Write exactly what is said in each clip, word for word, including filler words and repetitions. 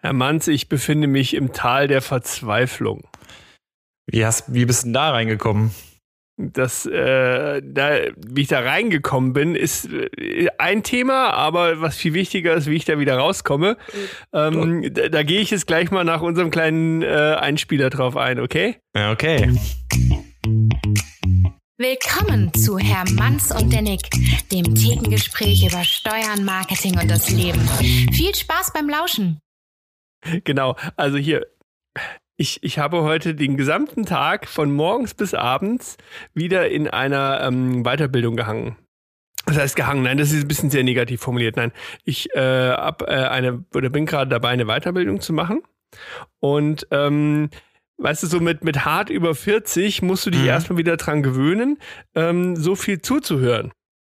Herr Manz, ich befinde mich im Tal der Verzweiflung. Wie, hast, wie bist du denn da reingekommen? Das, äh, da, wie ich da reingekommen bin, ist äh, ein Thema, aber was viel wichtiger ist, wie ich da wieder rauskomme. Ähm, da, da gehe ich jetzt gleich mal nach unserem kleinen äh, Einspieler drauf ein, okay? Ja, okay. Willkommen zu Herr Manz und der Nick, dem Thekengespräch über Steuern, Marketing und das Leben. Viel Spaß beim Lauschen. Genau, also hier, ich, ich habe heute den gesamten Tag von morgens bis abends wieder in einer ähm, Weiterbildung gehangen. Das heißt gehangen, nein, das ist ein bisschen sehr negativ formuliert. Nein, ich äh, hab, äh, eine, oder bin gerade dabei, eine Weiterbildung zu machen. Und ähm, weißt du, so mit, mit hart über vierzig musst du dich mhm. erstmal wieder dran gewöhnen, ähm, so viel zuzuhören.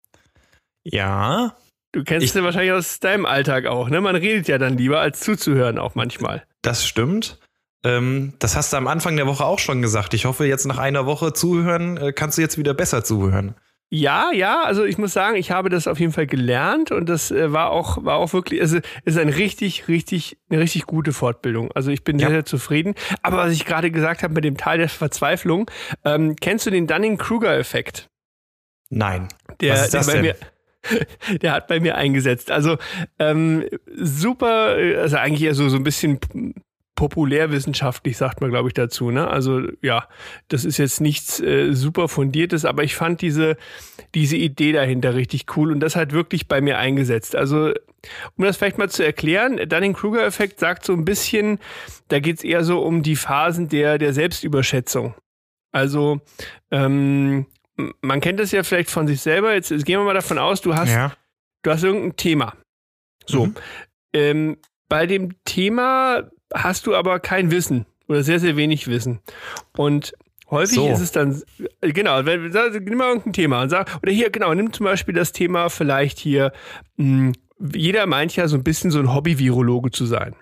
Ja. Du kennst es ja wahrscheinlich aus deinem Alltag auch, ne? Man redet ja dann lieber, als zuzuhören auch manchmal. Das stimmt. Ähm, das hast du am Anfang der Woche auch schon gesagt. Ich hoffe, jetzt nach einer Woche zuhören, äh, kannst du jetzt wieder besser zuhören. Ja, ja, also ich muss sagen, ich habe das auf jeden Fall gelernt und das äh, war auch war auch wirklich, also es ist eine richtig, richtig, eine richtig gute Fortbildung. Also ich bin ja. sehr, sehr zufrieden. Aber was ich gerade gesagt habe mit dem Teil der Verzweiflung, ähm, kennst du den Dunning-Kruger-Effekt? Nein. Der, was ist das der bei denn? mir Der hat bei mir eingesetzt. Also ähm, super, also eigentlich eher so, so ein bisschen populärwissenschaftlich, sagt man, glaube ich, dazu. Ne? Also ja, das ist jetzt nichts äh, super Fundiertes, aber ich fand diese, diese Idee dahinter richtig cool und das hat wirklich bei mir eingesetzt. Also um das vielleicht mal zu erklären, Dunning-Kruger-Effekt sagt so ein bisschen, da geht es eher so um die Phasen der, der Selbstüberschätzung. Also ähm, man kennt das ja vielleicht von sich selber. Jetzt, jetzt gehen wir mal davon aus, du hast, ja. du hast irgendein Thema. So. Mhm. Ähm, bei dem Thema hast du aber kein Wissen oder sehr, sehr wenig Wissen. Und häufig so. ist es dann, genau, wenn, nimm mal irgendein Thema und sag, oder hier, genau, nimm zum Beispiel das Thema vielleicht hier, mh, jeder meint ja so ein bisschen so ein Hobby-Virologe zu sein.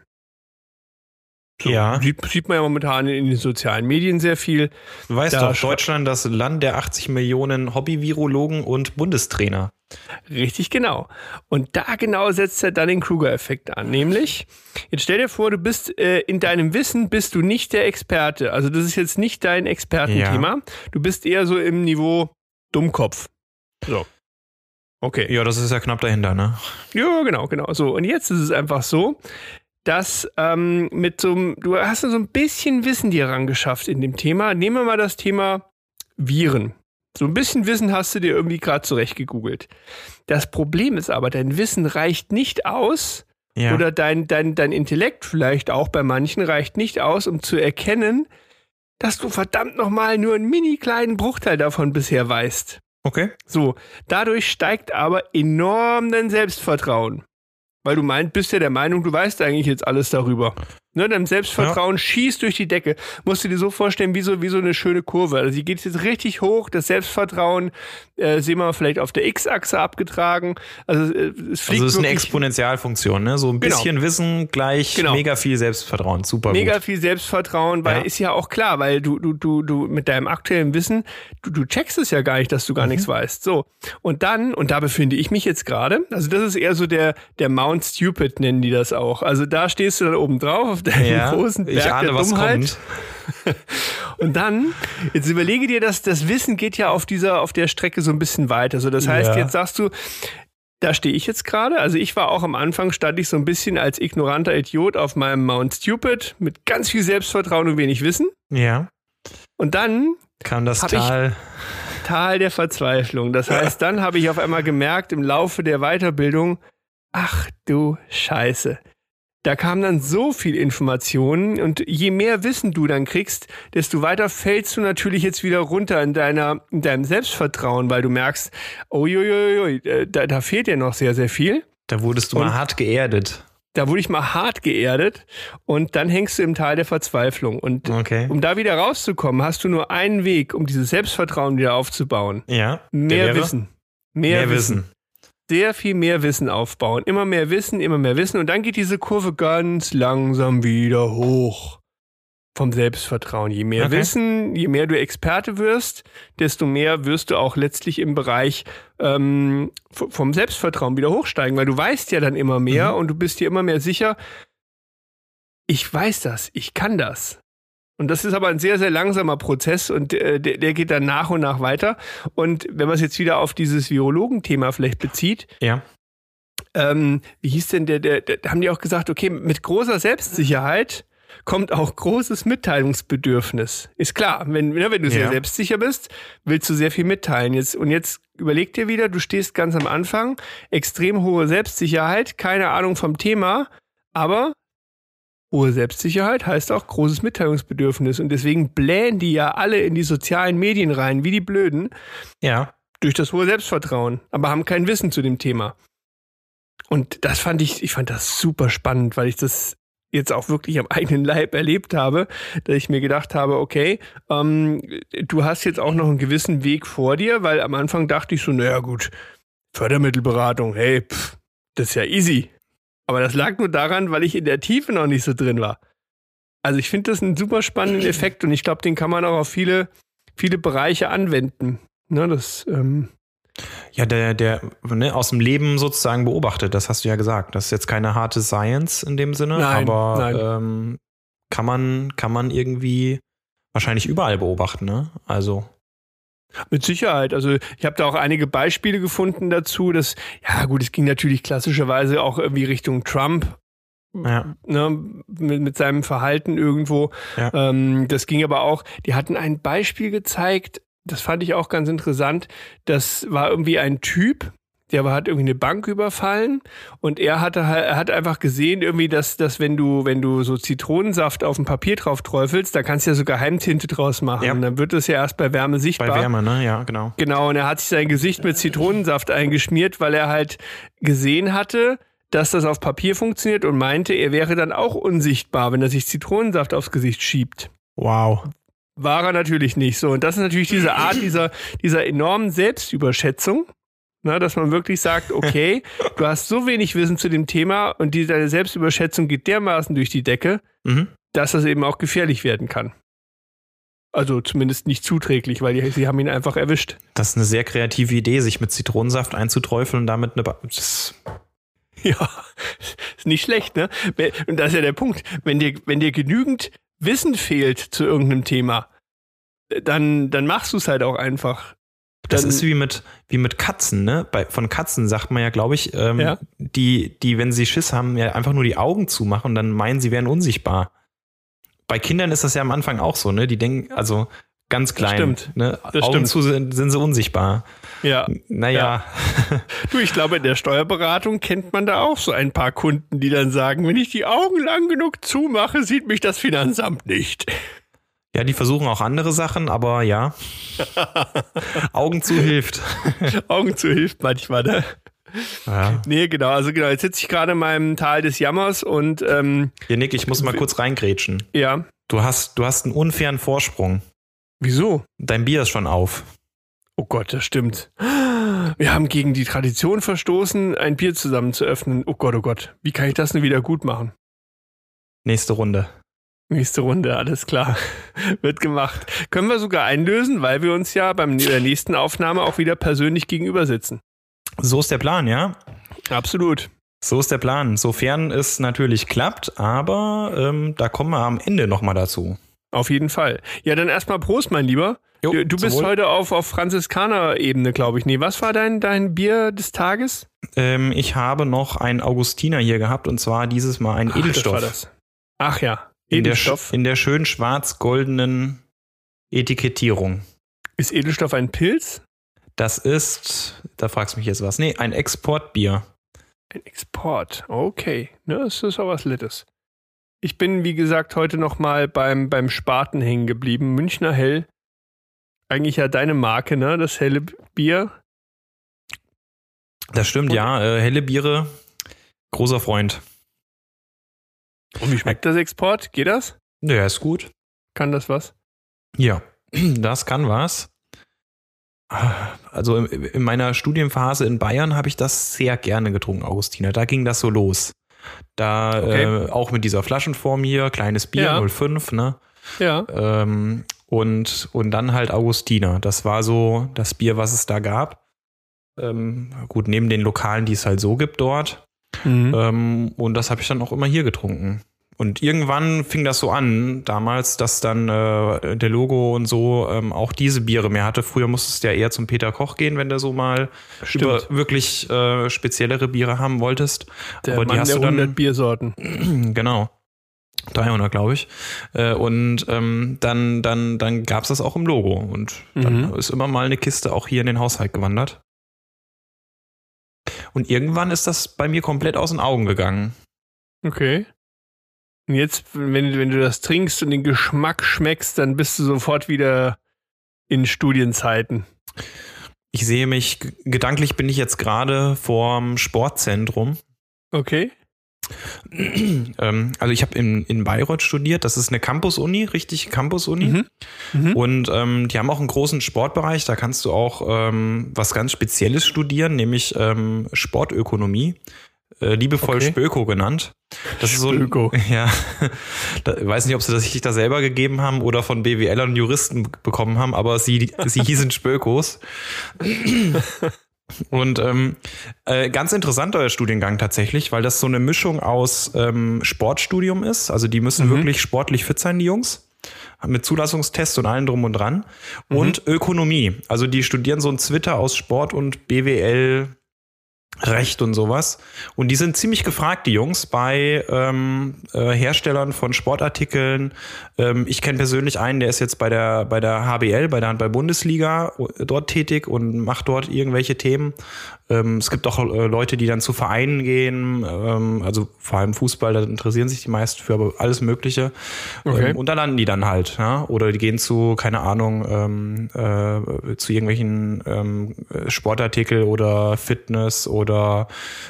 So, ja. Sieht, sieht man ja momentan in den sozialen Medien sehr viel. Du weißt da doch, Deutschland das Land der achtzig Millionen Hobby-Virologen und Bundestrainer. Richtig, genau. Und da genau setzt der Dunning-Kruger-Effekt an. Nämlich, jetzt stell dir vor, du bist äh, in deinem Wissen bist du nicht der Experte. Also das ist jetzt nicht dein Expertenthema. Ja. Du bist eher so im Niveau Dummkopf. So. Okay. Ja, das ist ja knapp dahinter, ne? Ja, genau, genau. So, und jetzt ist es einfach so, dass ähm, mit so einem, du hast so ein bisschen Wissen dir rangeschafft in dem Thema. Nehmen wir mal das Thema Viren. So ein bisschen Wissen hast du dir irgendwie gerade zurecht gegoogelt. Das Problem ist aber, dein Wissen reicht nicht aus, ja. oder dein, dein, dein Intellekt vielleicht auch bei manchen reicht nicht aus, um zu erkennen, dass du verdammt nochmal nur einen mini kleinen Bruchteil davon bisher weißt. Okay. So, dadurch steigt aber enorm dein Selbstvertrauen. Weil du meint, bist ja der Meinung, du weißt eigentlich jetzt alles darüber. Ne, dein Selbstvertrauen ja. schießt durch die Decke. Musst du dir so vorstellen, wie so, wie so eine schöne Kurve. Also die geht jetzt richtig hoch, das Selbstvertrauen äh, sehen wir vielleicht auf der X-Achse abgetragen. Also äh, es fliegt Also es ist eine wirklich, Exponentialfunktion, ne? So ein bisschen genau. Wissen gleich genau. mega viel Selbstvertrauen. Super Mega gut. viel Selbstvertrauen, weil ja. ist ja auch klar, weil du, du, du, du mit deinem aktuellen Wissen, du, du checkst es ja gar nicht, dass du gar mhm. nichts weißt. So. Und dann, und da befinde ich mich jetzt gerade, also das ist eher so der, der Mount Stupid, nennen die das auch. Also da stehst du dann oben drauf auf deinem ja, großen Berg ich ahne, der was Dummheit. Kommt. Und dann, jetzt überlege dir, dass das Wissen geht ja auf dieser, auf der Strecke so ein bisschen weiter. So, das heißt, ja. jetzt sagst du, da stehe ich jetzt gerade. Also ich war auch am Anfang, stand ich so ein bisschen als ignoranter Idiot auf meinem Mount Stupid mit ganz viel Selbstvertrauen und wenig Wissen. Ja. Und dann kam das Tal. Tal der Verzweiflung. Das heißt, dann habe ich auf einmal gemerkt im Laufe der Weiterbildung, ach du Scheiße. Da kam dann so viel Informationen und je mehr Wissen du dann kriegst, desto weiter fällst du natürlich jetzt wieder runter in deiner, in deinem Selbstvertrauen, weil du merkst, oh, jo, jo, jo, da, da fehlt dir noch sehr, sehr viel. Da wurdest du und mal hart geerdet. Da wurde ich mal hart geerdet und dann hängst du im Tal der Verzweiflung. Und okay. um da wieder rauszukommen, hast du nur einen Weg, um dieses Selbstvertrauen wieder aufzubauen. Ja. Mehr Wissen. Mehr, mehr Wissen. Wissen. Sehr viel mehr Wissen aufbauen. Immer mehr Wissen, immer mehr Wissen. Und dann geht diese Kurve ganz langsam wieder hoch. Vom Selbstvertrauen. Je mehr okay. Wissen, je mehr du Experte wirst, desto mehr wirst du auch letztlich im Bereich ähm, vom Selbstvertrauen wieder hochsteigen. Weil du weißt ja dann immer mehr mhm. und du bist dir immer mehr sicher, ich weiß das, ich kann das. Und das ist aber ein sehr, sehr langsamer Prozess und äh, der, der geht dann nach und nach weiter. Und wenn man es jetzt wieder auf dieses Virologenthema vielleicht bezieht, ja. ähm, wie hieß denn der, der, der, da haben die auch gesagt, okay, mit großer Selbstsicherheit kommt auch großes Mitteilungsbedürfnis. Ist klar, wenn, ne, wenn du sehr ja. selbstsicher bist, willst du sehr viel mitteilen. Jetzt, und jetzt überleg dir wieder, du stehst ganz am Anfang, extrem hohe Selbstsicherheit, keine Ahnung vom Thema, aber hohe Selbstsicherheit heißt auch großes Mitteilungsbedürfnis. Und deswegen blähen die ja alle in die sozialen Medien rein, wie die Blöden, ja. durch das hohe Selbstvertrauen, aber haben kein Wissen zu dem Thema. Und das fand ich, ich fand das super spannend, weil ich das jetzt auch wirklich am eigenen Leib erlebt habe, dass ich mir gedacht habe, okay, ähm, du hast jetzt auch noch einen gewissen Weg vor dir, weil am Anfang dachte ich so, naja gut, Fördermittelberatung, hey, pff, das ist ja easy. Aber das lag nur daran, weil ich in der Tiefe noch nicht so drin war. Also ich finde das einen super spannenden Effekt und ich glaube, den kann man auch auf viele, viele Bereiche anwenden. Ne, das, ähm ja, der, der ne, aus dem Leben sozusagen beobachtet, das hast du ja gesagt. Das ist jetzt keine harte Science in dem Sinne, nein, aber nein. Ähm, kann man, kann man irgendwie wahrscheinlich überall beobachten, ne? Also. Mit Sicherheit. Also ich habe da auch einige Beispiele gefunden dazu, dass, ja gut, es ging natürlich klassischerweise auch irgendwie Richtung Trump, ja. ne, mit, mit seinem Verhalten irgendwo. Ja. Ähm, das ging aber auch, die hatten ein Beispiel gezeigt, das fand ich auch ganz interessant, das war irgendwie ein Typ, der hat irgendwie eine Bank überfallen und er hatte er hat einfach gesehen irgendwie, dass, dass wenn du wenn du so Zitronensaft auf dem Papier drauf träufelst, da kannst du ja so Geheimtinte draus machen. Ja. Und dann wird das ja erst bei Wärme sichtbar. Bei Wärme, ne? Ja, genau. Genau, und er hat sich sein Gesicht mit Zitronensaft eingeschmiert, weil er halt gesehen hatte, dass das auf Papier funktioniert und meinte, er wäre dann auch unsichtbar, wenn er sich Zitronensaft aufs Gesicht schiebt. Wow. War er natürlich nicht so. Und das ist natürlich diese Art dieser, dieser enormen Selbstüberschätzung. Na, dass man wirklich sagt, okay, du hast so wenig Wissen zu dem Thema und die, deine Selbstüberschätzung geht dermaßen durch die Decke, mhm. dass das eben auch gefährlich werden kann. Also zumindest nicht zuträglich, weil die, sie haben ihn einfach erwischt. Das ist eine sehr kreative Idee, sich mit Zitronensaft einzuträufeln und damit eine... Ba- das ja, ist nicht schlecht, ne? Und das ist ja der Punkt. Wenn dir, wenn dir genügend Wissen fehlt zu irgendeinem Thema, dann, dann machst du es halt auch einfach. Das Dann, ist wie mit, wie mit Katzen, ne? Bei, von Katzen sagt man ja, glaube ich, ähm, ja. die, die, wenn sie Schiss haben, ja einfach nur die Augen zumachen und dann meinen, sie wären unsichtbar. Bei Kindern ist das ja am Anfang auch so, ne? Die denken, also ganz klein, stimmt. ne? Das Augen stimmt. zu sind, sind sie unsichtbar. Ja. Naja. Ja. Du, ich glaube, in der Steuerberatung kennt man da auch so ein paar Kunden, die dann sagen, wenn ich die Augen lang genug zumache, sieht mich das Finanzamt nicht. Ja, die versuchen auch andere Sachen, aber ja. Augen zu hilft. Augen zu hilft manchmal, ne? Ja. Nee, genau. Also genau, jetzt sitze ich gerade in meinem Tal des Jammers und ähm, Ja, Nick, ich muss mal kurz reingrätschen. ja. Du hast, du hast einen unfairen Vorsprung. Wieso? Dein Bier ist schon auf. Oh Gott, das stimmt. Wir haben gegen die Tradition verstoßen, ein Bier zusammen zu öffnen. Oh Gott, oh Gott. Wie kann ich das denn wieder gut machen? Nächste Runde. Nächste Runde, alles klar. Wird gemacht. Können wir sogar einlösen, weil wir uns ja beim der nächsten Aufnahme auch wieder persönlich gegenüber sitzen. So ist der Plan, ja? Absolut. So ist der Plan. Sofern es natürlich klappt, aber ähm, da kommen wir am Ende nochmal dazu. Auf jeden Fall. Ja, dann erstmal Prost, mein Lieber. Jo, du du bist Wohl. heute auf, auf Franziskaner-Ebene, glaube ich. Nee, was war dein, dein Bier des Tages? Ähm, ich habe noch einen Augustiner hier gehabt und zwar dieses Mal ein Ach, Edelstoff. das war das. Ach ja, In der, Edelstoff. in der schön schwarz-goldenen Etikettierung. Ist Edelstoff ein Pilz? Das ist, da fragst du mich jetzt was. Nee, ein Exportbier. Ein Export. Okay. Ne, das ist auch was Littes. Ich bin, wie gesagt, heute noch mal beim, beim Spaten hängen geblieben. Münchner Hell. Eigentlich ja deine Marke, ne? Das helle Bier. Das stimmt, Und- ja. Äh, helle Biere, großer Freund. Und wie schmeckt das Export? Geht das? Ja, ist gut. Kann das was? Ja, das kann was. Also in, in meiner Studienphase in Bayern habe ich das sehr gerne getrunken, Augustiner. Da ging das so los. Da Okay. äh, auch mit dieser Flaschenform hier, kleines Bier, Ja. null Komma fünf, ne? Ja. Ähm, und, und dann halt Augustiner. Das war so das Bier, was es da gab. Ähm, gut, neben den Lokalen, die es halt so gibt dort. Mhm. Ähm, und das habe ich dann auch immer hier getrunken. Und irgendwann fing das so an, damals, dass dann äh, der Logo und so ähm, auch diese Biere mehr hatte. Früher musstest du ja eher zum Peter Koch gehen, wenn du so mal Stimmt. über wirklich äh, speziellere Biere haben wolltest. Der Aber Mann die hast der du dann, hundert Biersorten. Genau. dreihundert, glaube ich. Äh, und ähm, dann, dann, dann gab es das auch im Logo. Und dann Mhm. ist immer mal eine Kiste auch hier in den Haushalt gewandert. Und irgendwann ist das bei mir komplett aus den Augen gegangen. Okay. Und jetzt, wenn, wenn du das trinkst und den Geschmack schmeckst, dann bist du sofort wieder in Studienzeiten. Ich sehe mich, gedanklich bin ich jetzt gerade vorm Sportzentrum. Okay. ähm, also ich habe in, in Bayreuth studiert, das ist eine Campus-Uni, richtig Campus-Uni. Mhm. Mhm. Und ähm, die haben auch einen großen Sportbereich, da kannst du auch ähm, was ganz Spezielles studieren, nämlich ähm, Sportökonomie. Äh, liebevoll Okay. Spöko genannt. Das ist so ein, Spöko. ja, da, ich weiß nicht, ob sie das sich da selber gegeben haben oder von B W Lern und Juristen bekommen haben, aber sie, sie hießen Spökos. Und ähm, äh, ganz interessant euer Studiengang tatsächlich, weil das so eine Mischung aus ähm, Sportstudium ist. Also die müssen Mhm. wirklich sportlich fit sein, die Jungs. Mit Zulassungstests und allem drum und dran. Mhm. Und Ökonomie. Also die studieren so ein Zwitter aus Sport und B W L, Recht und sowas. Und die sind ziemlich gefragt, die Jungs, bei ähm, äh, Herstellern von Sportartikeln. Ähm, ich kenne persönlich einen, der ist jetzt bei der bei der H B L, bei der Handball-Bundesliga, dort tätig und macht dort irgendwelche Themen. Ähm, es gibt auch äh, Leute, die dann zu Vereinen gehen, ähm, also vor allem Fußball, da interessieren sich die meisten für, aber alles Mögliche. Okay. Ähm, und da landen die dann halt, ja. Oder die gehen zu, keine Ahnung, ähm, äh, zu irgendwelchen ähm, Sportartikel oder Fitness oder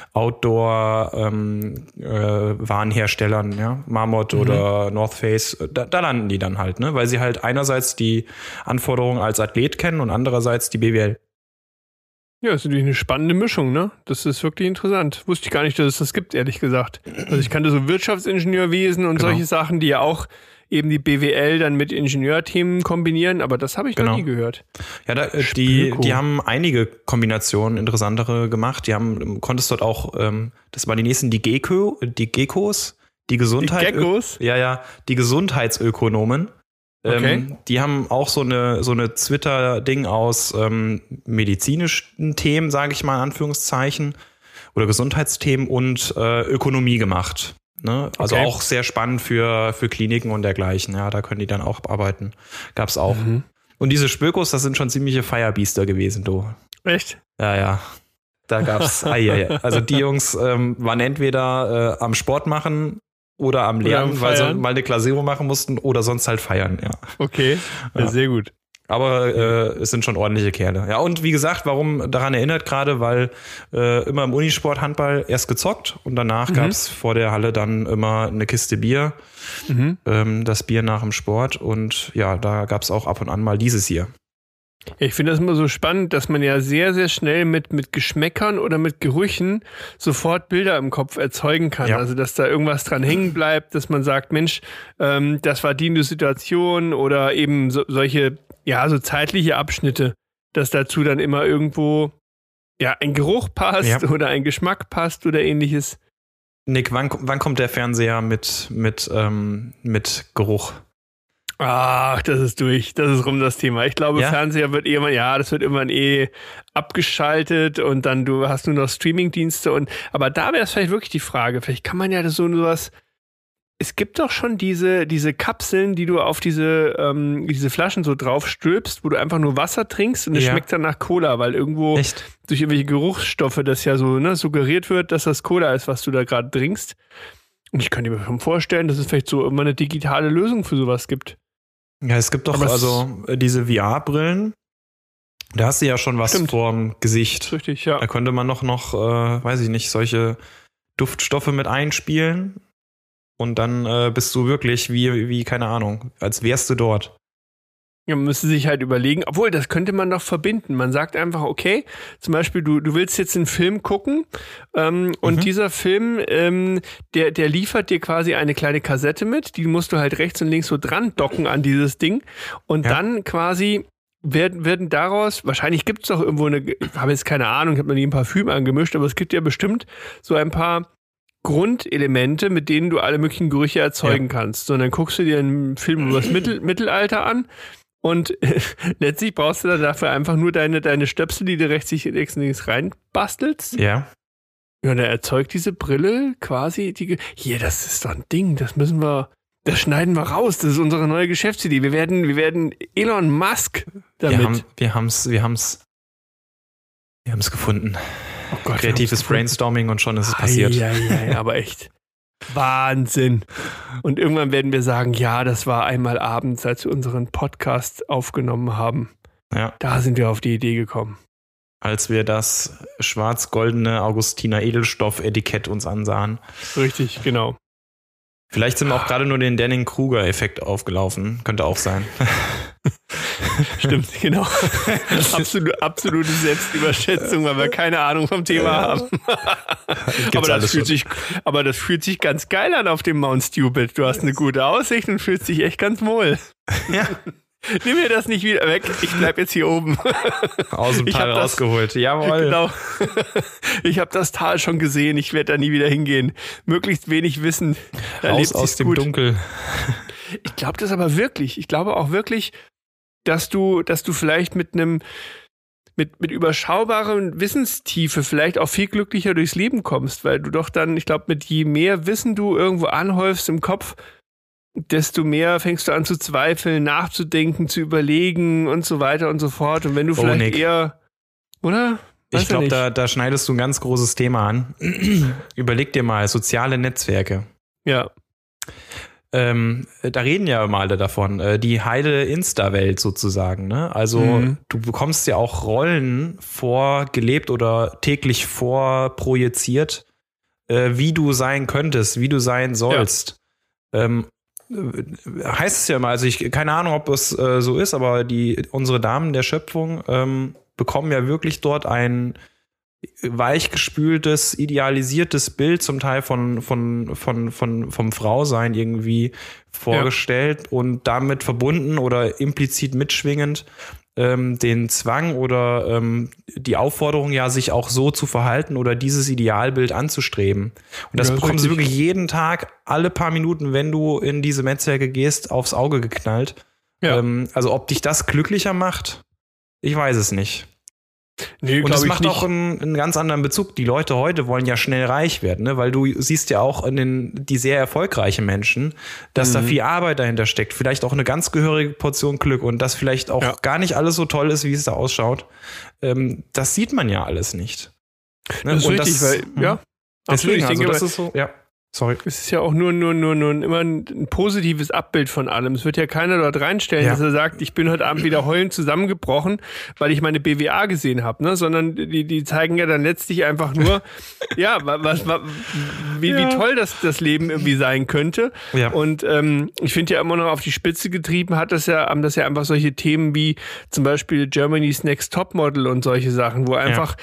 Outdoor ähm, äh, Warenherstellern, ja, Marmot Mhm. oder North Face, da, da landen die dann halt, ne? Weil sie halt einerseits die Anforderungen als Athlet kennen und andererseits die B W L. Ja, ist natürlich eine spannende Mischung, ne? Das ist wirklich interessant. Wusste ich gar nicht, dass es das gibt, ehrlich gesagt. Also ich kannte so Wirtschaftsingenieurwesen und Genau. solche Sachen, die ja auch eben die B W L dann mit Ingenieurthemen kombinieren, aber das habe ich Genau. noch nie gehört. Ja, da, äh, die, Spöko. die haben einige Kombinationen, interessantere gemacht. Die haben, konntest dort auch, ähm, das waren die nächsten, die Gecko, die Geckos, die Gesundheit. Die Geckos? Ja, ja, die Gesundheitsökonomen. Okay. Ähm, die haben auch so eine, so eine Twitter-Ding aus ähm, medizinischen Themen, sage ich mal in Anführungszeichen, oder Gesundheitsthemen und äh, Ökonomie gemacht. Ne? Also Okay. auch sehr spannend für, für Kliniken und dergleichen. Ja, da können die dann auch arbeiten. Gab's auch. Mhm. Und diese Spökos, das sind schon ziemliche Firebeaster gewesen, du. Echt? Ja, ja. Da gab's, ah, ja, ja. Also die Jungs ähm, waren entweder äh, am Sport machen oder am Oder Lernen, am weil sie Feiern. mal eine Klausur machen mussten oder sonst halt feiern, ja. Okay. Ja, Ja. sehr gut. Aber äh, es sind schon ordentliche Kerle. Ja, und wie gesagt, warum daran erinnert gerade, weil äh, immer im Unisport Handball erst gezockt und danach Mhm. gab's vor der Halle dann immer eine Kiste Bier, Mhm. ähm, das Bier nach dem Sport und ja, da gab's auch ab und an mal dieses hier. Ja, ich finde das immer so spannend, dass man ja sehr, sehr schnell mit, mit Geschmäckern oder mit Gerüchen sofort Bilder im Kopf erzeugen kann. Ja. Also, dass da irgendwas dran hängen bleibt, dass man sagt, Mensch, ähm, das war die und die Situation oder eben so, solche, ja, so zeitliche Abschnitte, dass dazu dann immer irgendwo, ja, ein Geruch passt Ja. oder ein Geschmack passt oder ähnliches. Nick, wann, wann kommt der Fernseher mit, mit, ähm, mit Geruch? Ach, das ist durch. Das ist rum das Thema. Ich glaube, Ja? Fernseher wird irgendwann, ja, das wird irgendwann eh abgeschaltet und dann du hast nur noch Streamingdienste und, aber da wäre es vielleicht wirklich die Frage, vielleicht kann man ja das so sowas, es gibt doch schon diese, diese Kapseln, die du auf diese, ähm, diese Flaschen so drauf stülpst, wo du einfach nur Wasser trinkst und es Ja. schmeckt dann nach Cola, weil irgendwo Echt? durch irgendwelche Geruchsstoffe das ja so, ne, suggeriert wird, dass das Cola ist, was du da gerade trinkst. Und ich könnte mir schon vorstellen, dass es vielleicht so immer eine digitale Lösung für sowas gibt. Ja, es gibt doch Aber es- also äh, diese V R-Brillen. Da hast du ja schon was Stimmt. vorm Das Gesicht. ist richtig, ja. Da könnte man noch, noch äh, weiß ich nicht, solche Duftstoffe mit einspielen. Und dann äh, bist du wirklich wie, wie, keine Ahnung, als wärst du dort. Ja, man müsste sich halt überlegen, obwohl, das könnte man doch verbinden. Man sagt einfach, okay, zum Beispiel, du, du willst jetzt einen Film gucken ähm, und Mhm. dieser Film, ähm, der, der liefert dir quasi eine kleine Kassette mit, die musst du halt rechts und links so dran docken an dieses Ding und Ja. dann quasi werden, werden daraus, wahrscheinlich gibt es doch irgendwo eine, ich habe jetzt keine Ahnung, ich habe noch nie ein Parfüm angemischt, aber es gibt ja bestimmt so ein paar Grundelemente, mit denen du alle möglichen Gerüche erzeugen ja. kannst. So, und dann guckst du dir einen Film über das Mittel- Mittelalter an und äh, letztlich brauchst du dann dafür einfach nur deine, deine Stöpsel, die du rechts, rechts und links reinbastelst. Ja. Ja, und er erzeugt diese Brille quasi. Die, hier, das ist doch ein Ding, das müssen wir, das schneiden wir raus. Das ist unsere neue Geschäftsidee. Wir werden, wir werden Elon Musk damit. Wir haben, wir haben's, wir haben's, wir haben's gefunden. Oh Gott, kreatives Brainstorming und schon ist es passiert. Ja, ja, ja, aber echt. Wahnsinn. Und irgendwann werden wir sagen, ja, das war einmal abends, als wir unseren Podcast aufgenommen haben. Ja. Da sind wir auf die Idee gekommen. Als wir das schwarz-goldene Augustiner Edelstoff-Etikett uns ansahen. Richtig, genau. Vielleicht sind wir auch gerade nur den Dunning-Kruger-Effekt aufgelaufen. Könnte auch sein. Stimmt, genau. Absolut, absolute Selbstüberschätzung, weil wir keine Ahnung vom Thema haben. aber, das fühlt sich, aber das fühlt sich ganz geil an auf dem Mount Stupid. Du hast eine gute Aussicht und fühlst dich echt ganz wohl. Ja. Nimm mir das nicht wieder weg, ich bleib jetzt hier oben. Aus dem Tal rausgeholt, jawohl. Genau. Ich habe das Tal schon gesehen, ich werde da nie wieder hingehen. Möglichst wenig Wissen. Raus aus dem gut. Dunkel. Ich glaube das aber wirklich. Ich glaube auch wirklich, dass du, dass du vielleicht mit einem, mit, mit überschaubaren Wissenstiefe vielleicht auch viel glücklicher durchs Leben kommst, weil du doch dann, ich glaube, mit je mehr Wissen du irgendwo anhäufst im Kopf, desto mehr fängst du an zu zweifeln, nachzudenken, zu überlegen und so weiter und so fort. Und wenn du vielleicht oh, Nick. eher, oder? Weiß ich glaube, da, da schneidest du ein ganz großes Thema an. Überleg dir mal, soziale Netzwerke. Ja. Ähm, da reden ja immer alle davon, äh, die heile Insta-Welt sozusagen, ne? Also mhm. du bekommst ja auch Rollen vorgelebt oder täglich vorprojiziert, äh, wie du sein könntest, wie du sein sollst. Ja. Ähm, heißt es ja immer, also ich keine Ahnung, ob es äh, so ist, aber die unsere Damen der Schöpfung ähm, bekommen ja wirklich dort ein weichgespültes, idealisiertes Bild zum Teil von von von von vom Frausein irgendwie vorgestellt ja. und damit verbunden oder implizit mitschwingend ähm, den Zwang oder ähm, die Aufforderung ja, sich auch so zu verhalten oder dieses Idealbild anzustreben. Und das ja, bekommen sie wirklich jeden Tag, alle paar Minuten, wenn du in diese Netzwerke gehst, aufs Auge geknallt. Ja. Ähm, also ob dich das glücklicher macht, ich weiß es nicht. Nee, und es macht nicht. auch einen, einen ganz anderen Bezug. Die Leute heute wollen ja schnell reich werden, ne? Weil du siehst ja auch in den, die sehr erfolgreichen Menschen, dass mhm. da viel Arbeit dahinter steckt. Vielleicht auch eine ganz gehörige Portion Glück und dass vielleicht auch ja. gar nicht alles so toll ist, wie es da ausschaut. Ähm, das sieht man ja alles nicht. Ne? Das ist und richtig, das, weil, ja. Deswegen, absolut, also denke, das ist so, ja. Sorry. Es ist ja auch nur, nur, nur, nur immer ein positives Abbild von allem. Es wird ja keiner dort reinstellen, ja. dass er sagt, ich bin heute Abend wieder heulend zusammengebrochen, weil ich meine B W A gesehen habe, ne? Sondern die, die zeigen ja dann letztlich einfach nur, ja, was, was, wie, ja. wie toll das, das Leben irgendwie sein könnte. Ja. Und ähm, ich finde ja immer noch auf die Spitze getrieben hat das ja, haben das ja einfach solche Themen wie zum Beispiel Germany's Next Topmodel und solche Sachen, wo einfach ja.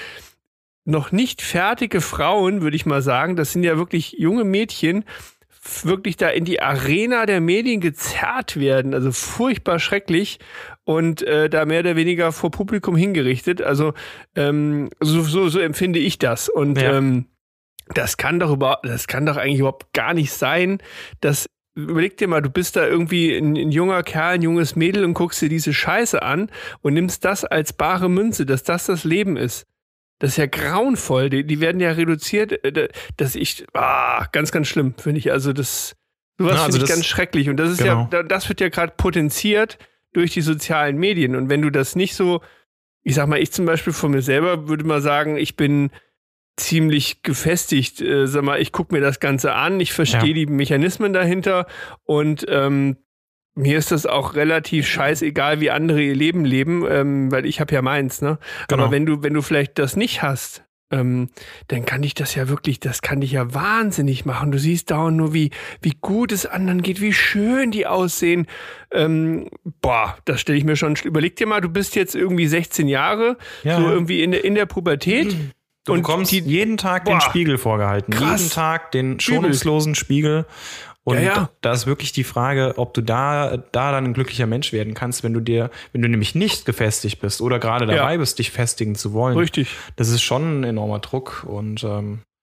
noch nicht fertige Frauen, würde ich mal sagen, das sind ja wirklich junge Mädchen, wirklich da in die Arena der Medien gezerrt werden, also furchtbar schrecklich und äh, da mehr oder weniger vor Publikum hingerichtet, also ähm, so, so, so empfinde ich das und ja. ähm, das kann doch überhaupt, das kann doch eigentlich überhaupt gar nicht sein, dass überleg dir mal, du bist da irgendwie ein, ein junger Kerl, ein junges Mädel und guckst dir diese Scheiße an und nimmst das als bare Münze, dass das das Leben ist. Das ist ja grauenvoll. Die, die werden ja reduziert. Das ich, ah, ganz, ganz schlimm, finde ich. Also das, sowas ja, also finde ich ganz schrecklich. Und das ist genau. ja, das wird ja gerade potenziert durch die sozialen Medien. Und wenn du das nicht so, ich sag mal, ich zum Beispiel von mir selber würde mal sagen, ich bin ziemlich gefestigt. Äh, sag mal, ich gucke mir das Ganze an, ich verstehe ja. die Mechanismen dahinter und ähm, mir ist das auch relativ scheißegal, wie andere ihr Leben leben, ähm, weil ich habe ja meins, ne? Genau. Aber wenn du, wenn du vielleicht das nicht hast, ähm, dann kann dich das ja wirklich, das kann dich ja wahnsinnig machen. Du siehst dauernd nur, wie, wie gut es anderen geht, wie schön die aussehen. Ähm, boah, das stelle ich mir schon. Überleg dir mal, du bist jetzt irgendwie sechzehn Jahre, ja. so irgendwie in der, in der Pubertät. Du und bekommst die, jeden Tag boah, den Spiegel vorgehalten. Krass. Jeden Tag den schonungslosen Spiegel. Und ja, ja. da ist wirklich die Frage, ob du da, da dann ein glücklicher Mensch werden kannst, wenn du dir, wenn du nämlich nicht gefestigt bist oder gerade dabei ja. bist, dich festigen zu wollen. Richtig. Das ist schon ein enormer Druck und ähm,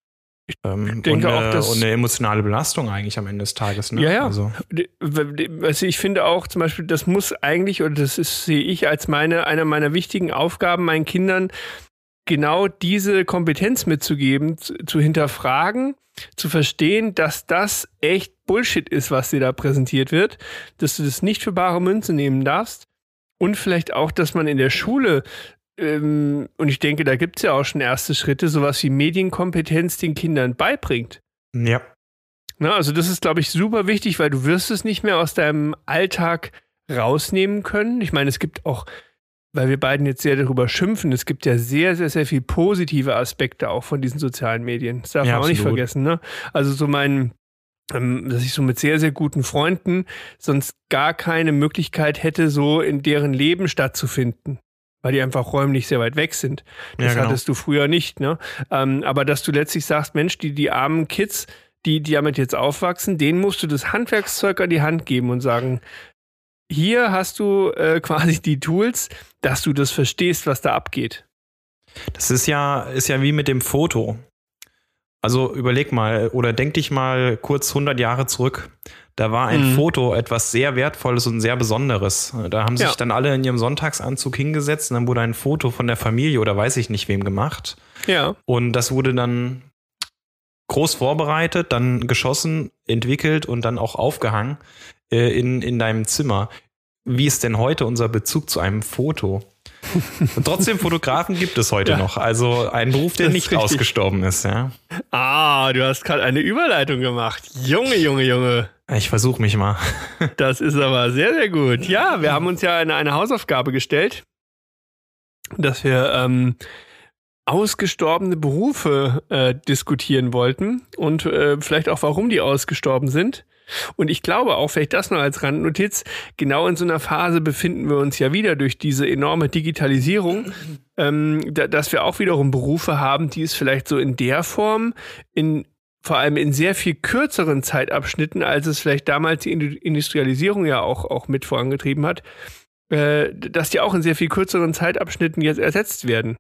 Ähm, denke und, auch, eine, dass- und eine emotionale Belastung eigentlich am Ende des Tages. Ne? Ja, ja. Also, Also ich finde auch zum Beispiel, das muss eigentlich, oder das ist, sehe ich als meine, einer meiner wichtigen Aufgaben, meinen Kindern genau diese Kompetenz mitzugeben, zu, zu hinterfragen, zu verstehen, dass das echt Bullshit ist, was dir da präsentiert wird, dass du das nicht für bare Münze nehmen darfst und vielleicht auch, dass man in der Schule, ähm, und ich denke, da gibt es ja auch schon erste Schritte, sowas wie Medienkompetenz den Kindern beibringt. ja. Na, also das ist, glaube ich, super wichtig, weil du wirst es nicht mehr aus deinem Alltag rausnehmen können. Ich meine, es gibt auch, weil wir beiden jetzt sehr darüber schimpfen, es gibt ja sehr, sehr, sehr viel positive Aspekte auch von diesen sozialen Medien. Das darf Ja, man auch nicht absolut. vergessen. Ne? Also so mein, ähm, dass ich so mit sehr, sehr guten Freunden sonst gar keine Möglichkeit hätte, so in deren Leben stattzufinden. Weil die einfach räumlich sehr weit weg sind. Das Ja, genau. hattest du früher nicht. Ne? Ähm, aber dass du letztlich sagst, Mensch, die, die armen Kids, die, die damit jetzt aufwachsen, denen musst du das Handwerkszeug an die Hand geben und sagen, hier hast du äh, quasi die Tools, dass du das verstehst, was da abgeht. Das ist ja, ist ja wie mit dem Foto. Also überleg mal oder denk dich mal kurz hundert Jahre zurück. Da war ein Mhm. Foto etwas sehr Wertvolles und sehr Besonderes. Da haben sich Ja. dann alle in ihrem Sonntagsanzug hingesetzt und dann wurde ein Foto von der Familie oder weiß ich nicht wem gemacht. Ja. Und das wurde dann groß vorbereitet, dann geschossen, entwickelt und dann auch aufgehangen äh, in, in deinem Zimmer. Wie ist denn heute unser Bezug zu einem Foto? Und trotzdem, Fotografen gibt es heute Ja. noch. Also ein Beruf, der Das ist nicht richtig. ausgestorben ist. Ja. Ah, du hast gerade eine Überleitung gemacht. Junge, Junge, Junge. Ich versuche mich mal. Das ist aber sehr, sehr gut. Ja, wir haben uns ja eine, eine Hausaufgabe gestellt, dass wir ähm, ausgestorbene Berufe äh, diskutieren wollten und äh, vielleicht auch, warum die ausgestorben sind. Und ich glaube auch, vielleicht das noch als Randnotiz, genau in so einer Phase befinden wir uns ja wieder durch diese enorme Digitalisierung, ähm, da, dass wir auch wiederum Berufe haben, die es vielleicht so in der Form, in vor allem in sehr viel kürzeren Zeitabschnitten, als es vielleicht damals die Indu- Industrialisierung ja auch, auch mit vorangetrieben hat, äh, dass die auch in sehr viel kürzeren Zeitabschnitten jetzt ersetzt werden.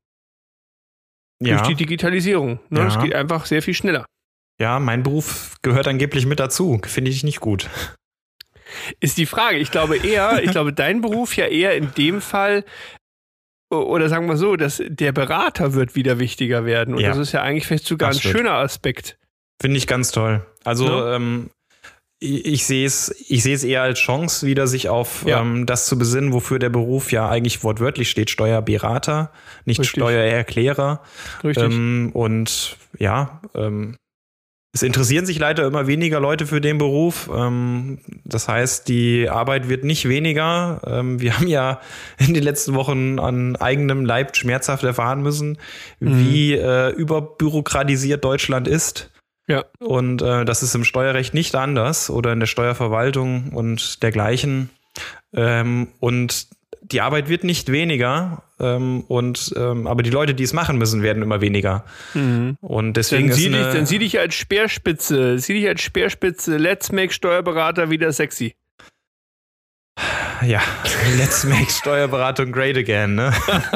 Ja. Durch die Digitalisierung. Ne? Ja. Es geht einfach sehr viel schneller. Ja, mein Beruf gehört angeblich mit dazu. Finde ich nicht gut. Ist die Frage. Ich glaube eher, ich glaube, dein Beruf ja eher in dem Fall, oder sagen wir so, dass der Berater wird wieder wichtiger werden. Und Ja. das ist ja eigentlich vielleicht sogar ein Absolut. schöner Aspekt. Finde ich ganz toll. Also Ja. ähm, ich, ich sehe es ich sehe es eher als Chance, wieder sich auf Ja. ähm, das zu besinnen, wofür der Beruf ja eigentlich wortwörtlich steht. Steuerberater, nicht Richtig. Steuererklärer. Richtig. Ähm, und ja, ähm, es interessieren sich leider immer weniger Leute für den Beruf. Ähm, das heißt, die Arbeit wird nicht weniger. Ähm, wir haben ja in den letzten Wochen an eigenem Leib schmerzhaft erfahren müssen, wie äh, überbürokratisiert Deutschland ist. Ja. Und äh, das ist im Steuerrecht nicht anders oder in der Steuerverwaltung und dergleichen. Ähm, und die Arbeit wird nicht weniger, ähm, und ähm, aber die Leute, die es machen müssen, werden immer weniger. Mhm. Und deswegen Dann ist sieh, dich, eine, dann sieh dich als Speerspitze. Sieh dich als Speerspitze. Let's make Steuerberater wieder sexy. ja, let's make Steuerberatung great again, ne?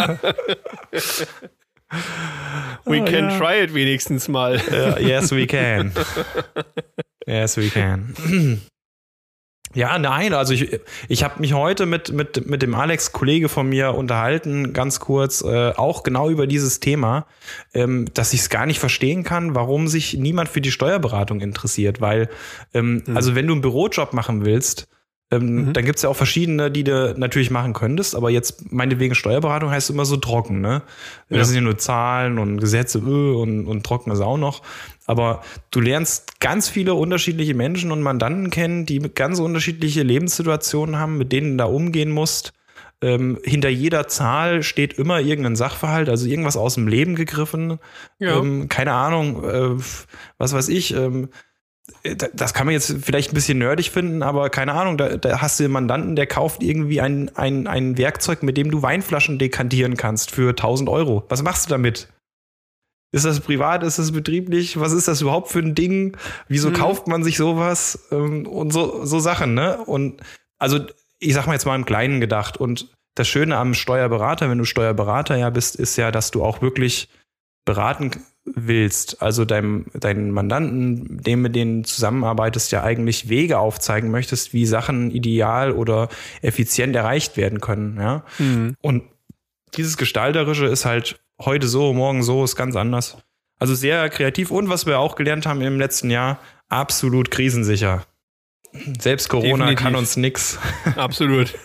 We Oh, can ja. try it wenigstens mal. Ja, yes, we can. Yes, we can. Ja, nein, also ich, ich habe mich heute mit, mit, mit dem Alex, Kollege von mir, unterhalten, ganz kurz, äh, auch genau über dieses Thema, ähm, dass ich es gar nicht verstehen kann, warum sich niemand für die Steuerberatung interessiert, weil, ähm, Mhm. also wenn du einen Bürojob machen willst, ähm, Mhm. dann gibt's ja auch verschiedene, die du natürlich machen könntest, aber jetzt meinetwegen Steuerberatung heißt immer so trocken, ne? Ja. Das sind ja nur Zahlen und Gesetze äh, und, und trocken ist auch noch. Aber du lernst ganz viele unterschiedliche Menschen und Mandanten kennen, die ganz unterschiedliche Lebenssituationen haben, mit denen du da umgehen musst. Ähm, hinter jeder Zahl steht immer irgendein Sachverhalt, also irgendwas aus dem Leben gegriffen. Ja. Ähm, keine Ahnung, äh, was weiß ich. Ähm, das kann man jetzt vielleicht ein bisschen nerdig finden, aber keine Ahnung, da, da hast du einen Mandanten, der kauft irgendwie ein, ein, ein Werkzeug, mit dem du Weinflaschen dekantieren kannst für tausend Euro. Was machst du damit? Ist das privat? Ist das betrieblich? Was ist das überhaupt für ein Ding? Wieso Mhm. kauft man sich sowas? Ähm, und so, so Sachen, ne? Und also, ich sag mal jetzt mal im Kleinen gedacht. Und das Schöne am Steuerberater, wenn du Steuerberater ja bist, ist ja, dass du auch wirklich beraten willst, also deinem, deinen Mandanten, dem mit denen zusammenarbeitest, ja eigentlich Wege aufzeigen möchtest, wie Sachen ideal oder effizient erreicht werden können, ja. Mhm. Und dieses Gestalterische ist halt heute so, morgen so, ist ganz anders. Also sehr kreativ und was wir auch gelernt haben im letzten Jahr, absolut krisensicher. Selbst Corona Definitiv. Kann uns nix. Absolut.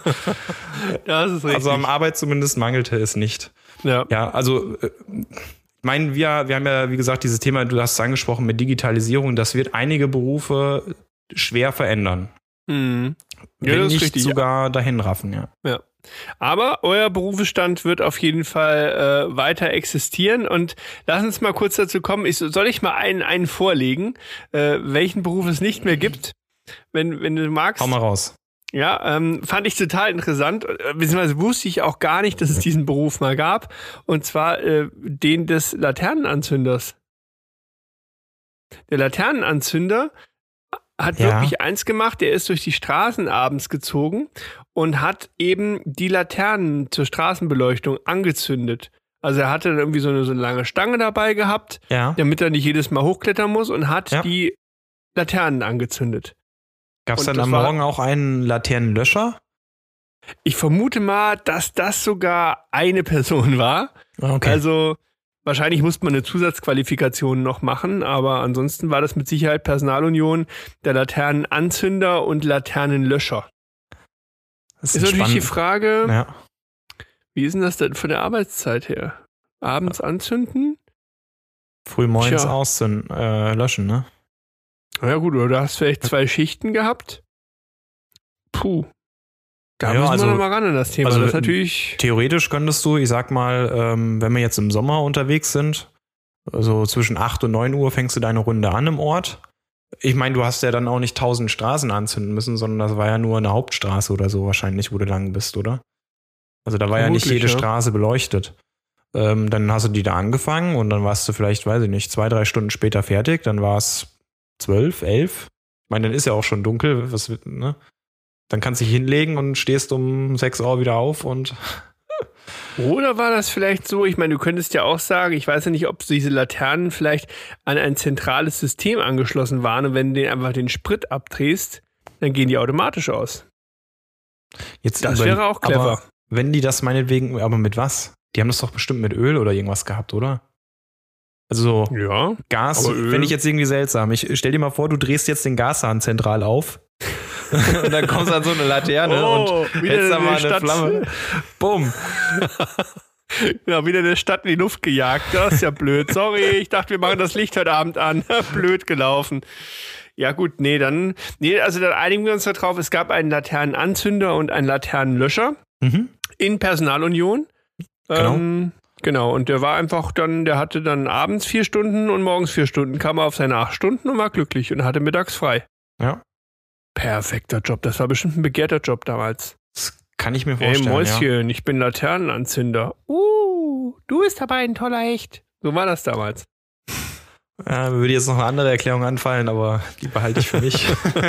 Das ist richtig. Also am Arbeit zumindest mangelte es nicht. Ja. Ja, also ich meine, wir, wir haben ja, wie gesagt, dieses Thema, du hast es angesprochen, mit Digitalisierung, das wird einige Berufe schwer verändern. Mhm. Ja, Wenn das ist nicht richtig. sogar dahin raffen, ja. Ja. Aber euer Berufsstand wird auf jeden Fall äh, weiter existieren und lass uns mal kurz dazu kommen. Ich, soll ich mal einen, einen vorlegen, äh, welchen Beruf es nicht mehr gibt? Wenn, wenn du magst. Hau mal raus. Ja, ähm, fand ich total interessant, beziehungsweise wusste ich auch gar nicht, dass es diesen Beruf mal gab. Und zwar äh, den des Laternenanzünders. Der Laternenanzünder hat ja. wirklich eins gemacht, der ist durch die Straßen abends gezogen und hat eben die Laternen zur Straßenbeleuchtung angezündet. Also er hatte dann irgendwie so eine, so eine lange Stange dabei gehabt, ja. damit er nicht jedes Mal hochklettern muss und hat ja. die Laternen angezündet. Gab es dann am Morgen auch einen Laternenlöscher? Ich vermute mal, dass das sogar eine Person war. Okay. Also wahrscheinlich musste man eine Zusatzqualifikation noch machen, aber ansonsten war das mit Sicherheit Personalunion, der Laternenanzünder und Laternenlöscher. Das ist, ist natürlich die Frage, ja. wie ist denn das denn von der Arbeitszeit her? Abends anzünden? Früh morgens auszünden, äh, löschen, ne? Na ja gut, oder du hast vielleicht zwei Schichten gehabt. Puh. Da ja, müssen also, wir noch mal ran an das Thema. Also das ist natürlich theoretisch könntest du, ich sag mal, ähm, wenn wir jetzt im Sommer unterwegs sind, also zwischen acht und neun Uhr fängst du deine Runde an im Ort. Ich meine, du hast ja dann auch nicht tausend Straßen anzünden müssen, sondern das war ja nur eine Hauptstraße oder so wahrscheinlich, wo du lang bist, oder? Also da war Vermutlich, ja nicht jede ja. Straße beleuchtet. Ähm, dann hast du die da angefangen und dann warst du vielleicht, weiß ich nicht, zwei, drei Stunden später fertig. Dann war es zwölf, elf. Ich meine, dann ist ja auch schon dunkel. Was, ne? Dann kannst du dich hinlegen und stehst um sechs Uhr wieder auf und Oder war das vielleicht so, ich meine, du könntest ja auch sagen, ich weiß ja nicht, ob diese Laternen vielleicht an ein zentrales System angeschlossen waren und wenn du einfach den Sprit abdrehst, dann gehen die automatisch aus. Jetzt das aber, wäre auch clever. Aber wenn die das meinetwegen, aber mit was? Die haben das doch bestimmt mit Öl oder irgendwas gehabt, oder? Also ja, Gas finde ich jetzt irgendwie seltsam. Ich stell dir mal vor, du drehst jetzt den Gashahn zentral auf und dann kommst du an so eine Laterne oh, und hältst da mal eine Stadt. Flamme. Bumm. Ja, wieder der Stadt in die Luft gejagt. Das ist ja blöd. Sorry, ich dachte, wir machen das Licht heute Abend an. Blöd gelaufen. Ja gut, nee, dann, nee, also dann einigen wir uns darauf. Es gab einen Laternenanzünder und einen Laternenlöscher mhm. in Personalunion. Genau. Ähm, Genau, und der war einfach dann, der hatte dann abends vier Stunden und morgens vier Stunden, kam er auf seine acht Stunden und war glücklich und hatte mittags frei. Ja. Perfekter Job, das war bestimmt ein begehrter Job damals. Das kann ich mir vorstellen, Ey, Mäuschen, ja. ich bin Laternenanzünder. Uh, du bist aber ein toller Hecht. So war das damals. Ja, mir würde jetzt noch eine andere Erklärung anfallen, aber die behalte ich für mich.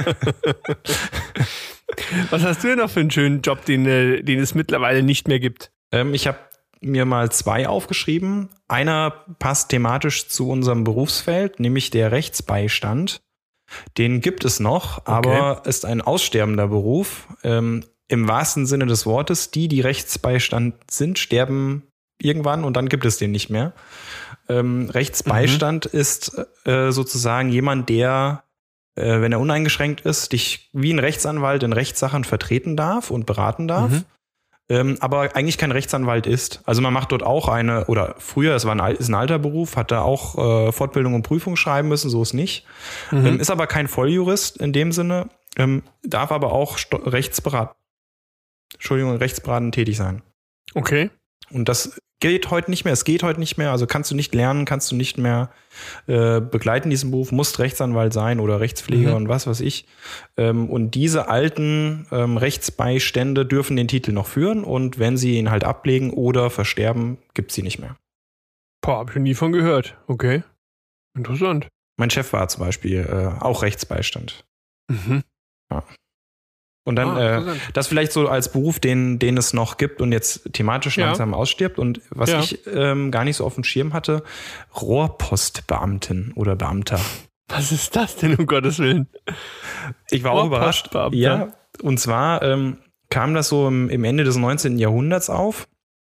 Was hast du denn noch für einen schönen Job, den, den es mittlerweile nicht mehr gibt? Ähm, ich habe mir mal zwei aufgeschrieben. Einer passt thematisch zu unserem Berufsfeld, nämlich der Rechtsbeistand. Den gibt es noch, okay. aber ist ein aussterbender Beruf. Ähm, im wahrsten Sinne des Wortes, die, die Rechtsbeistand sind, sterben irgendwann und dann gibt es den nicht mehr. Ähm, Rechtsbeistand mhm. ist äh, sozusagen jemand, der, äh, wenn er uneingeschränkt ist, dich wie ein Rechtsanwalt in Rechtssachen vertreten darf und beraten darf. Mhm. Ähm, aber eigentlich kein Rechtsanwalt ist. Also man macht dort auch eine, oder früher, es war ein, ist ein alter Beruf, hat da auch äh, Fortbildung und Prüfung schreiben müssen, so ist nicht. Mhm. Ähm, ist aber kein Volljurist in dem Sinne, ähm, darf aber auch Sto- Rechtsberat, Entschuldigung, rechtsberatend tätig sein. Okay. Und das geht heute nicht mehr, es geht heute nicht mehr, also kannst du nicht lernen, kannst du nicht mehr äh, begleiten diesen Beruf, musst Rechtsanwalt sein oder Rechtspfleger mhm. und was weiß ich. Ähm, und diese alten ähm, Rechtsbeistände dürfen den Titel noch führen und wenn sie ihn halt ablegen oder versterben, gibt's sie nicht mehr. Boah, hab ich nie von gehört. Okay. Interessant. Mein Chef war zum Beispiel äh, auch Rechtsbeistand. Mhm. Ja. Und dann, ah, äh, das vielleicht so als Beruf, den, den es noch gibt und jetzt thematisch ja. langsam ausstirbt. Und was ja. ich ähm, gar nicht so auf dem Schirm hatte, Rohrpostbeamtin oder Beamter. Was ist das denn, um Gottes Willen? Ich war auch überrascht. Ja, und zwar ähm, kam das so im, im Ende des neunzehnten Jahrhunderts auf,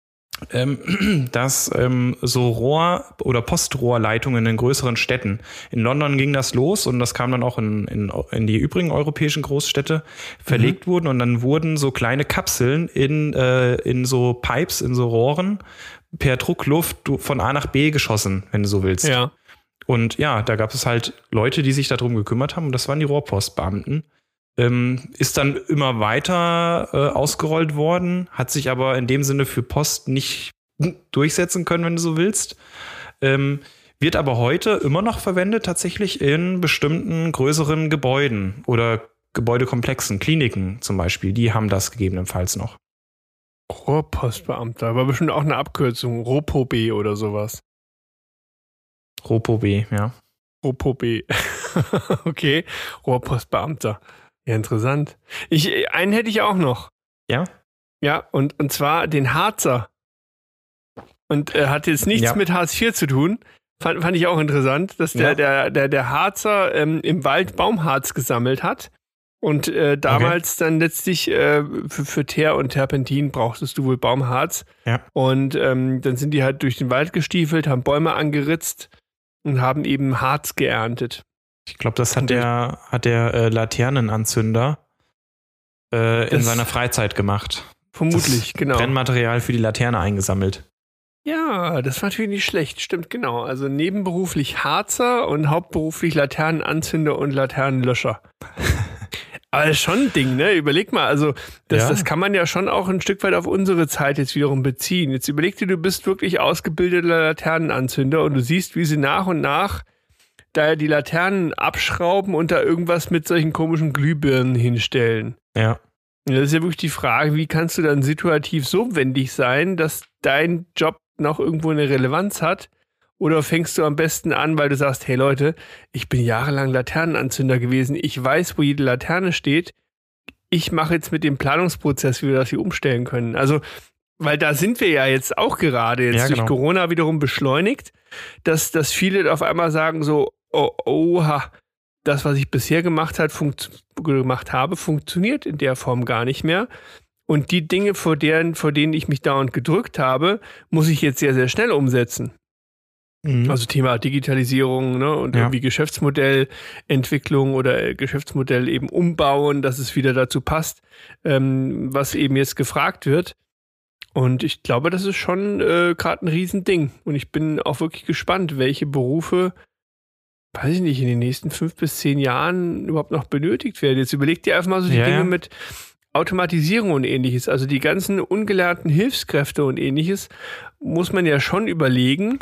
ähm, dass ähm, so Rohr- oder Postrohrleitungen in größeren Städten, in London ging das los und das kam dann auch in, in, in die übrigen europäischen Großstädte, verlegt mhm. wurden und dann wurden so kleine Kapseln in, äh, in so Pipes, in so Rohren per Druckluft von A nach B geschossen, wenn du so willst. Ja. Und ja, da gab es halt Leute, die sich darum gekümmert haben und das waren die Rohrpostbeamten. Ähm, ist dann immer weiter äh, ausgerollt worden, hat sich aber in dem Sinne für Post nicht durchsetzen können, wenn du so willst. Ähm, wird aber heute immer noch verwendet, tatsächlich in bestimmten größeren Gebäuden oder Gebäudekomplexen, Kliniken zum Beispiel, die haben das gegebenenfalls noch. Rohrpostbeamter, war bestimmt auch eine Abkürzung, RoPoB oder sowas. RoPoB, ja. RoPoB. Okay, Rohrpostbeamter. Ja, interessant. Ich, einen hätte ich auch noch. Ja? Ja, und, und zwar den Harzer. Und äh, hat jetzt nichts ja. mit Hartz vier zu tun. Fand, fand ich auch interessant, dass der, ja. der, der, der Harzer ähm, im Wald Baumharz gesammelt hat. Und äh, damals okay. dann letztlich äh, für, für Teer und Terpentin brauchtest du wohl Baumharz. Ja. Und ähm, dann sind die halt durch den Wald gestiefelt, haben Bäume angeritzt und haben eben Harz geerntet. Ich glaube, das hat der, hat der äh, Laternenanzünder äh, in seiner Freizeit gemacht. Vermutlich, das genau. Brennmaterial für die Laterne eingesammelt. Ja, das war natürlich nicht schlecht, stimmt, genau. Also nebenberuflich Harzer und hauptberuflich Laternenanzünder und Laternenlöscher. Aber schon ein Ding, ne? Überleg mal, also das, ja. das kann man ja schon auch ein Stück weit auf unsere Zeit jetzt wiederum beziehen. Jetzt überleg dir, du bist wirklich ausgebildeter Laternenanzünder und du siehst, wie sie nach und nach da die Laternen abschrauben und da irgendwas mit solchen komischen Glühbirnen hinstellen. Ja. Das ist ja wirklich die Frage, wie kannst du dann situativ so wendig sein, dass dein Job noch irgendwo eine Relevanz hat? Oder fängst du am besten an, weil du sagst, hey Leute, ich bin jahrelang Laternenanzünder gewesen, ich weiß, wo jede Laterne steht, ich mache jetzt mit dem Planungsprozess, wie wir das hier umstellen können. Also, weil da sind wir ja jetzt auch gerade, jetzt ja, genau. durch Corona wiederum beschleunigt, dass, dass viele auf einmal sagen so, oh, oha, das, was ich bisher gemacht, hat, funkt, gemacht habe, funktioniert in der Form gar nicht mehr. Und die Dinge, vor, deren, vor denen ich mich dauernd gedrückt habe, muss ich jetzt sehr, sehr schnell umsetzen. Mhm. Also Thema Digitalisierung, ne, und ja. irgendwie Geschäftsmodellentwicklung oder Geschäftsmodell eben umbauen, dass es wieder dazu passt, ähm, was eben jetzt gefragt wird. Und ich glaube, das ist schon äh, gerade ein Riesending. Und ich bin auch wirklich gespannt, welche Berufe, weiß ich nicht, in den nächsten fünf bis zehn Jahren überhaupt noch benötigt werden. Jetzt überleg dir einfach mal so die ja, Dinge ja. mit Automatisierung und ähnliches. Also die ganzen ungelernten Hilfskräfte und ähnliches muss man ja schon überlegen,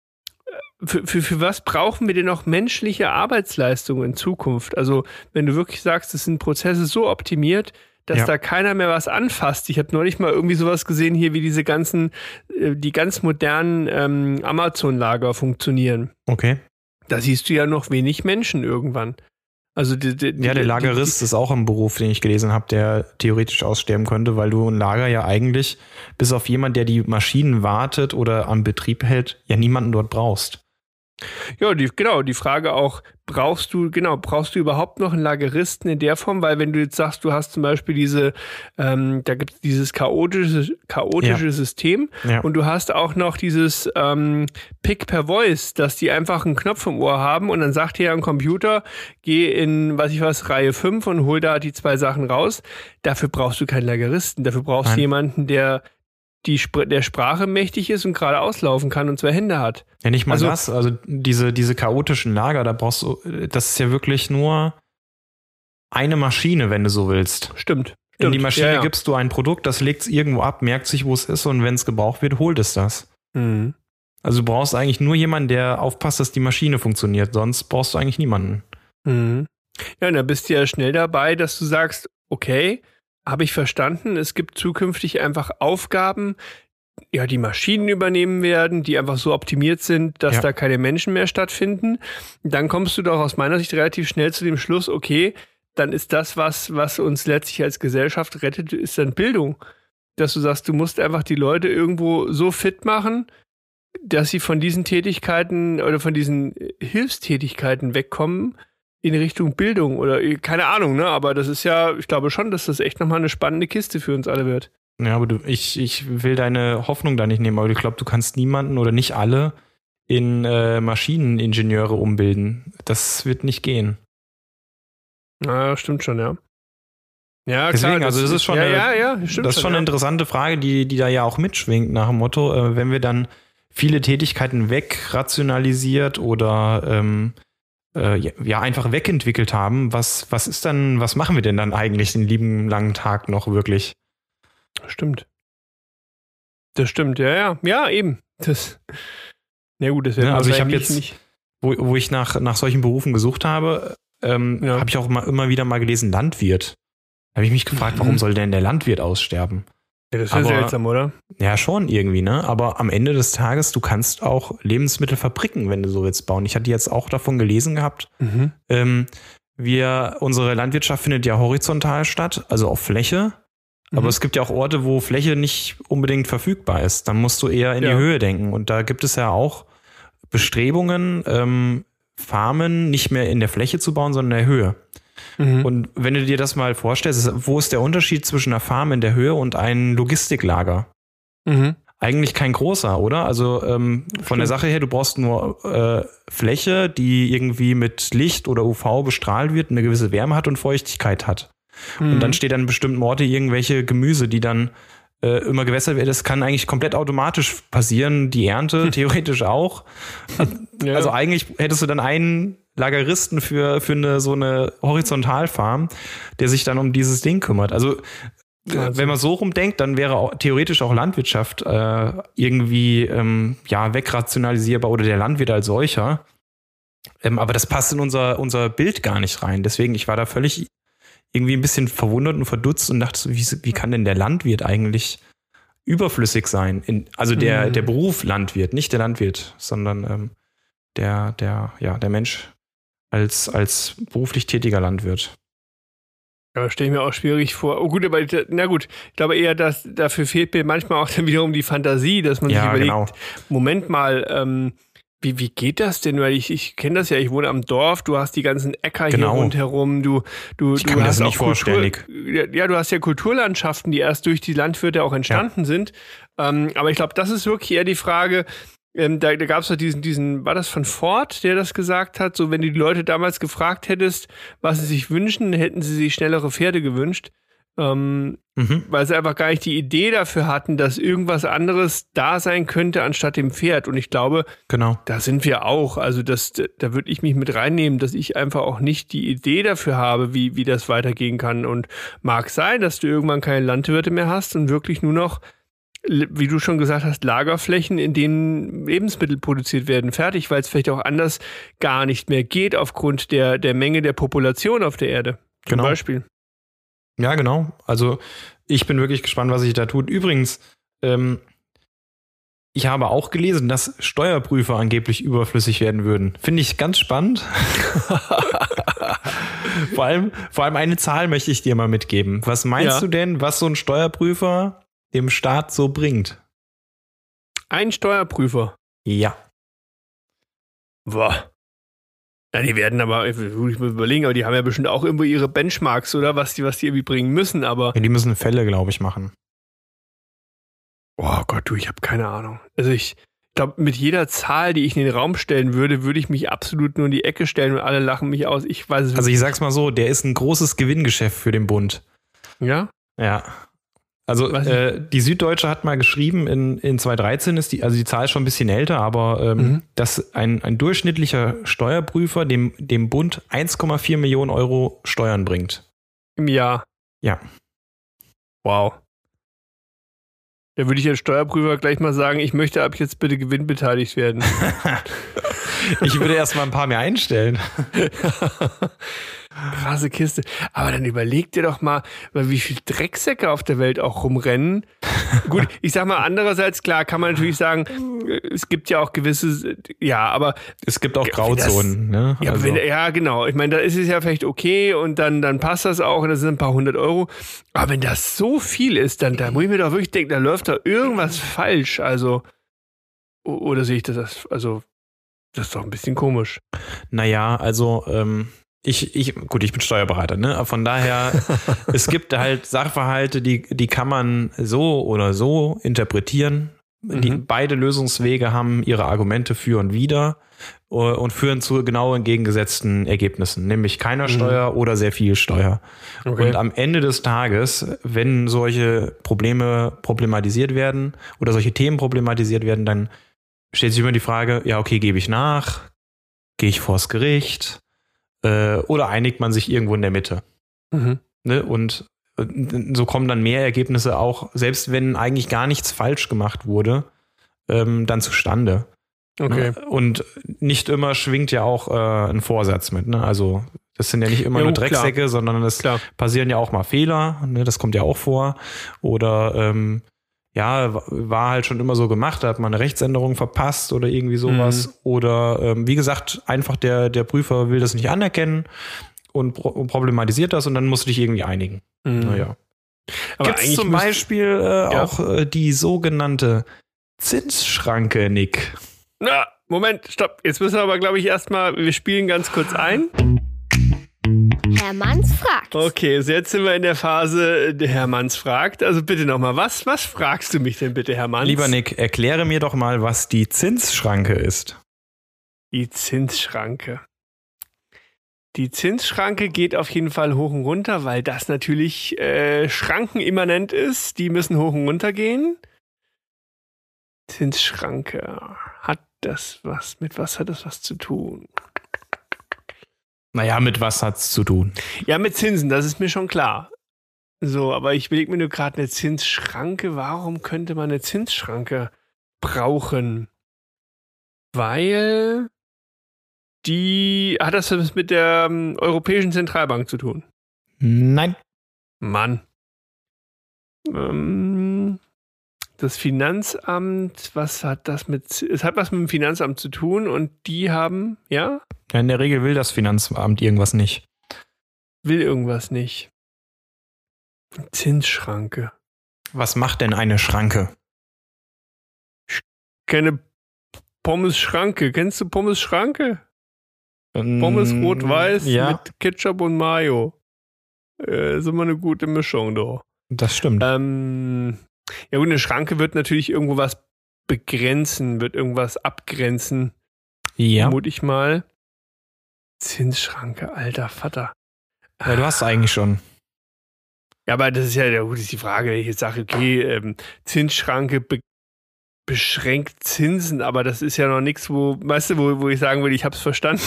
Für, für, für was brauchen wir denn noch menschliche Arbeitsleistung in Zukunft? Also wenn du wirklich sagst, es sind Prozesse so optimiert, dass ja. da keiner mehr was anfasst. Ich habe neulich mal irgendwie sowas gesehen hier, wie diese ganzen, die ganz modernen ähm, Amazon-Lager funktionieren. Okay. Da siehst du ja noch wenig Menschen irgendwann. Also die, die, ja, der Lagerist die, die, ist auch ein Beruf, den ich gelesen habe, der theoretisch aussterben könnte, weil du ein Lager ja eigentlich, bis auf jemand, der die Maschinen wartet oder am Betrieb hält, ja niemanden dort brauchst. Ja, die, genau, die Frage auch, brauchst du, genau, brauchst du überhaupt noch einen Lageristen in der Form? Weil wenn du jetzt sagst, du hast zum Beispiel diese, ähm, da gibt es dieses chaotische, chaotische ja. System ja. und du hast auch noch dieses ähm, Pick per Voice, dass die einfach einen Knopf im Ohr haben und dann sagt dir ein Computer, geh in, was ich was, Reihe fünf und hol da die zwei Sachen raus. Dafür brauchst du keinen Lageristen, dafür brauchst Nein. du jemanden, der die Spr- der Sprache mächtig ist und gerade auslaufen kann und zwei Hände hat. Ja, nicht mal also, das. Also diese, diese chaotischen Lager, da brauchst du, das ist ja wirklich nur eine Maschine, wenn du so willst. Stimmt. In stimmt. die Maschine ja, ja. gibst du ein Produkt, das legt es irgendwo ab, merkt sich, wo es ist und wenn es gebraucht wird, holt es das. Mhm. Also du brauchst eigentlich nur jemanden, der aufpasst, dass die Maschine funktioniert. Sonst brauchst du eigentlich niemanden. Mhm. Ja, und da bist du ja schnell dabei, dass du sagst, okay, habe ich verstanden, es gibt zukünftig einfach Aufgaben, ja, die Maschinen übernehmen werden, die einfach so optimiert sind, dass ja. da keine Menschen mehr stattfinden. Dann kommst du doch aus meiner Sicht relativ schnell zu dem Schluss, okay, dann ist das, was, was uns letztlich als Gesellschaft rettet, ist dann Bildung. Dass du sagst, du musst einfach die Leute irgendwo so fit machen, dass sie von diesen Tätigkeiten oder von diesen Hilfstätigkeiten wegkommen in Richtung Bildung oder keine Ahnung, ne? Aber das ist ja, ich glaube schon, dass das echt nochmal eine spannende Kiste für uns alle wird. Ja, aber du, ich, ich will deine Hoffnung da nicht nehmen, aber ich glaube, du kannst niemanden oder nicht alle in äh, Maschineningenieure umbilden. Das wird nicht gehen. Na, stimmt schon, ja. Ja, Deswegen, klar, also das ist schon, ja, eine, ja, ja, stimmt das ist schon ja. eine interessante Frage, die, die da ja auch mitschwingt nach dem Motto, äh, wenn wir dann viele Tätigkeiten wegrationalisiert oder ähm, äh, ja einfach wegentwickelt haben, was, was ist dann, was machen wir denn dann eigentlich den lieben langen Tag noch wirklich? Stimmt. Das stimmt, ja, ja. Ja, eben. Das, na gut, das wäre ja, also ich habe jetzt, nicht. Wo, wo ich nach, nach solchen Berufen gesucht habe, ähm, ja. habe ich auch mal, immer wieder mal gelesen, Landwirt. Da habe ich mich gefragt, warum soll denn der Landwirt aussterben? Ja, das wäre seltsam, oder? Ja, schon irgendwie, ne? Aber am Ende des Tages, du kannst auch Lebensmittelfabriken, wenn du so willst, bauen. Ich hatte jetzt auch davon gelesen gehabt, mhm. ähm, wir, unsere Landwirtschaft findet ja horizontal statt, also auf Fläche. Mhm. Aber es gibt ja auch Orte, wo Fläche nicht unbedingt verfügbar ist. Dann musst du eher in ja. die Höhe denken. Und da gibt es ja auch Bestrebungen, ähm, Farmen nicht mehr in der Fläche zu bauen, sondern in der Höhe. Mhm. Und wenn du dir das mal vorstellst, wo ist der Unterschied zwischen einer Farm in der Höhe und einem Logistiklager? Mhm. Eigentlich kein großer, oder? Also ähm, von der Sache her, du brauchst nur äh, Fläche, die irgendwie mit Licht oder U V bestrahlt wird, eine gewisse Wärme hat und Feuchtigkeit hat. Mhm. Und dann steht an bestimmten Orten irgendwelche Gemüse, die dann äh, immer gewässert werden. Das kann eigentlich komplett automatisch passieren. Die Ernte theoretisch auch. Ja. Also eigentlich hättest du dann einen Lageristen für, für eine, so eine Horizontalfarm, der sich dann um dieses Ding kümmert. Also, also. wenn man so rumdenkt, dann wäre auch, theoretisch auch Landwirtschaft äh, irgendwie ähm, ja, wegrationalisierbar oder der Landwirt als solcher. Ähm, aber das passt in unser, unser Bild gar nicht rein. Deswegen, ich war da völlig irgendwie ein bisschen verwundert und verdutzt und dachte so, wie, wie kann denn der Landwirt eigentlich überflüssig sein? In, also der, mhm. der Beruf Landwirt, nicht der Landwirt, sondern ähm, der, der, ja, der Mensch als, als beruflich tätiger Landwirt. Ja, stelle ich mir auch schwierig vor. Oh gut, aber na gut, ich glaube eher, dass dafür fehlt mir manchmal auch dann wiederum die Fantasie, dass man ja, sich überlegt, genau. Moment mal, ähm, wie, wie geht das denn? Weil ich, ich kenne das ja, ich wohne am Dorf, du hast die ganzen Äcker genau. hier rundherum, du, du, ich du kann hast mir das nicht vorstellen. Ja, du hast ja Kulturlandschaften, die erst durch die Landwirte auch entstanden ja. sind. Ähm, aber ich glaube, das ist wirklich eher die Frage. Ähm, da da gab es doch diesen, diesen, war das von Ford, der das gesagt hat, so wenn du die Leute damals gefragt hättest, was sie sich wünschen, hätten sie sich schnellere Pferde gewünscht, ähm, mhm. weil sie einfach gar nicht die Idee dafür hatten, dass irgendwas anderes da sein könnte anstatt dem Pferd. Und ich glaube, genau. da sind wir auch, also das, da würde ich mich mit reinnehmen, dass ich einfach auch nicht die Idee dafür habe, wie, wie das weitergehen kann. Und mag sein, dass du irgendwann keine Landwirte mehr hast und wirklich nur noch, wie du schon gesagt hast, Lagerflächen, in denen Lebensmittel produziert werden, fertig, weil es vielleicht auch anders gar nicht mehr geht aufgrund der, der Menge der Population auf der Erde. Zum genau. Beispiel. Ja, genau. Also ich bin wirklich gespannt, was sich da tut. Übrigens, ähm, ich habe auch gelesen, dass Steuerprüfer angeblich überflüssig werden würden. Finde ich ganz spannend. vor allem, vor allem eine Zahl möchte ich dir mal mitgeben. Was meinst ja. du denn, was so ein Steuerprüfer dem Staat so bringt? Ein Steuerprüfer? Ja. Boah. Ja, die werden aber, ich muss mir überlegen, aber die haben ja bestimmt auch irgendwo ihre Benchmarks, oder? Was die, was die irgendwie bringen müssen, aber. Ja, die müssen Fälle, glaube ich, machen. Oh Gott, du, ich habe keine Ahnung. Also ich glaube, mit jeder Zahl, die ich in den Raum stellen würde, würde ich mich absolut nur in die Ecke stellen und alle lachen mich aus. Ich weiß es Also ich sag's mal so, der ist ein großes Gewinngeschäft für den Bund. Ja? Ja. Also äh, die Süddeutsche hat mal geschrieben, in, in zweitausenddreizehn ist die, also die Zahl ist schon ein bisschen älter, aber ähm, mhm. dass ein, ein durchschnittlicher Steuerprüfer dem, dem Bund eins Komma vier Millionen Euro Steuern bringt. Im Jahr? Ja. Wow. Da würde ich als Steuerprüfer gleich mal sagen, ich möchte ab jetzt bitte gewinnbeteiligt werden. Ich würde erst mal ein paar mehr einstellen. Krasse Kiste. Aber dann überleg dir doch mal, wie viel Drecksäcke auf der Welt auch rumrennen. Gut, ich sag mal, andererseits, klar, kann man natürlich sagen, es gibt ja auch gewisse, ja, aber... Es gibt auch Grauzonen, das, ne? Ja, also. wenn, ja, genau. Ich meine, da ist es ja vielleicht okay und dann, dann passt das auch und das sind ein paar hundert Euro. Aber wenn das so viel ist, dann da muss ich mir doch wirklich denken, da läuft da irgendwas falsch. Also, oder sehe ich das, also, das ist doch ein bisschen komisch. Naja, also, ähm, Ich, ich, gut, ich bin Steuerberater, ne? Von daher, es gibt halt Sachverhalte, die, die kann man so oder so interpretieren. Mhm. Die, beide Lösungswege haben ihre Argumente für und wider und führen zu genau entgegengesetzten Ergebnissen, nämlich keiner mhm. Steuer oder sehr viel Steuer. Okay. Und am Ende des Tages, wenn solche Probleme problematisiert werden oder solche Themen problematisiert werden, dann stellt sich immer die Frage, ja, okay, gebe ich nach? Gehe ich vors Gericht? Oder einigt man sich irgendwo in der Mitte. Mhm. Ne? Und so kommen dann mehr Ergebnisse auch, selbst wenn eigentlich gar nichts falsch gemacht wurde, ähm, dann zustande. Okay. Ne? Und nicht immer schwingt ja auch äh, ein Vorsatz mit. Ne? Also das sind ja nicht immer jo, nur Drecksäcke, klar. sondern es klar. passieren ja auch mal Fehler. Ne? Das kommt ja auch vor. Oder ähm, ja, war halt schon immer so gemacht, da hat man eine Rechtsänderung verpasst oder irgendwie sowas. Mhm. Oder ähm, wie gesagt, einfach der, der Prüfer will das nicht anerkennen und pro- problematisiert das und dann musst du dich irgendwie einigen. Mhm. Naja. Gibt es zum Beispiel äh, ja. auch äh, die sogenannte Zinsschranke, Nick? Na, Moment, stopp. Jetzt müssen wir aber, glaube ich, erstmal, wir spielen ganz kurz ein. Herr Manns fragt. Okay, also jetzt sind wir in der Phase, der Herr Manns fragt. Also bitte nochmal, was, was fragst du mich denn bitte, Herr Manns? Lieber Nick, erkläre mir doch mal, was die Zinsschranke ist. Die Zinsschranke. Die Zinsschranke geht auf jeden Fall hoch und runter, weil das natürlich äh, schrankenimmanent ist. Die müssen hoch und runter gehen. Zinsschranke. Hat das was, mit was hat das was zu tun? Naja, mit was hat's zu tun? Ja, mit Zinsen, das ist mir schon klar. So, aber ich überlege mir nur gerade eine Zinsschranke. Warum könnte man eine Zinsschranke brauchen? Weil die, hat das was mit der um, Europäischen Zentralbank zu tun? Nein. Mann. Ähm, das Finanzamt, was hat das mit, es hat was mit dem Finanzamt zu tun und die haben, ja? Ja, in der Regel will das Finanzamt irgendwas nicht. Will irgendwas nicht. Zinsschranke. Was macht denn eine Schranke? Keine Pommes-Schranke. Kennst du Pommes-Schranke? Pommes rot-weiß ja. mit Ketchup und Mayo. Äh, ist immer eine gute Mischung, doch. Das stimmt. Ähm, ja gut, eine Schranke wird natürlich irgendwo was begrenzen, wird irgendwas abgrenzen. Ja. Vermute ich mal. Zinsschranke, alter Vater. Ja, du hast eigentlich schon. Ja, aber das ist ja, ja gut, ist die Frage, wenn ich jetzt sage, okay, ähm, Zinsschranke be- beschränkt Zinsen, aber das ist ja noch nichts, wo, weißt du, wo, wo ich sagen würde, ich hab's verstanden.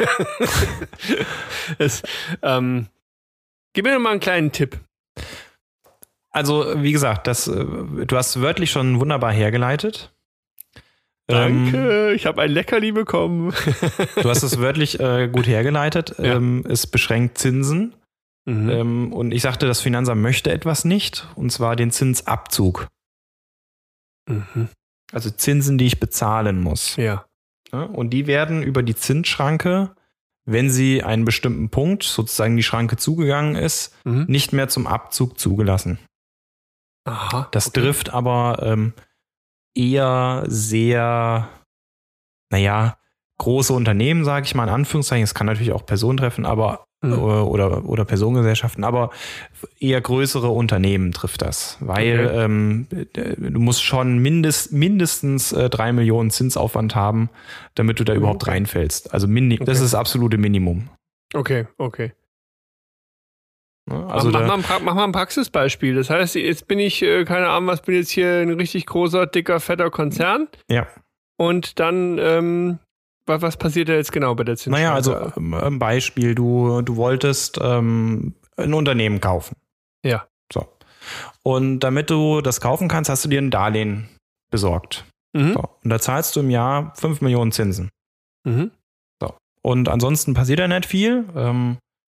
das, ähm, gib mir noch mal einen kleinen Tipp. Also, wie gesagt, das, du hast wörtlich schon wunderbar hergeleitet. Danke, ähm, ich habe ein Leckerli bekommen. Du hast es wörtlich äh, gut hergeleitet. Ja. Ähm, es beschränkt Zinsen. Mhm. Ähm, und ich sagte, das Finanzamt möchte etwas nicht, und zwar den Zinsabzug. Mhm. Also Zinsen, die ich bezahlen muss. Ja. Ja, und die werden über die Zinsschranke, wenn sie einen bestimmten Punkt, sozusagen die Schranke zugegangen ist, mhm. nicht mehr zum Abzug zugelassen. Aha. Das okay. trifft aber ähm, eher sehr, naja, große Unternehmen, sage ich mal in Anführungszeichen. Es kann natürlich auch Personen treffen, aber mhm. oder, oder Personengesellschaften, aber eher größere Unternehmen trifft das. Weil okay. ähm, du musst schon mindest, mindestens äh, drei Millionen Zinsaufwand haben, damit du da überhaupt okay. reinfällst. Also mini- okay. das ist das absolute Minimum. Okay, okay. Also mach, mach, mal ein, mach mal ein Praxisbeispiel. Das heißt, jetzt bin ich, keine Ahnung, was bin jetzt hier ein richtig großer, dicker, fetter Konzern. Ja. Und dann, ähm, was, was passiert da jetzt genau bei der Zinsschranke? Naja, also ein Beispiel, du, du wolltest ähm, ein Unternehmen kaufen. Ja. So. Und damit du das kaufen kannst, hast du dir ein Darlehen besorgt. Mhm. So. Und da zahlst du im Jahr fünf Millionen Zinsen. Mhm. So. Und ansonsten passiert ja nicht viel. Ähm,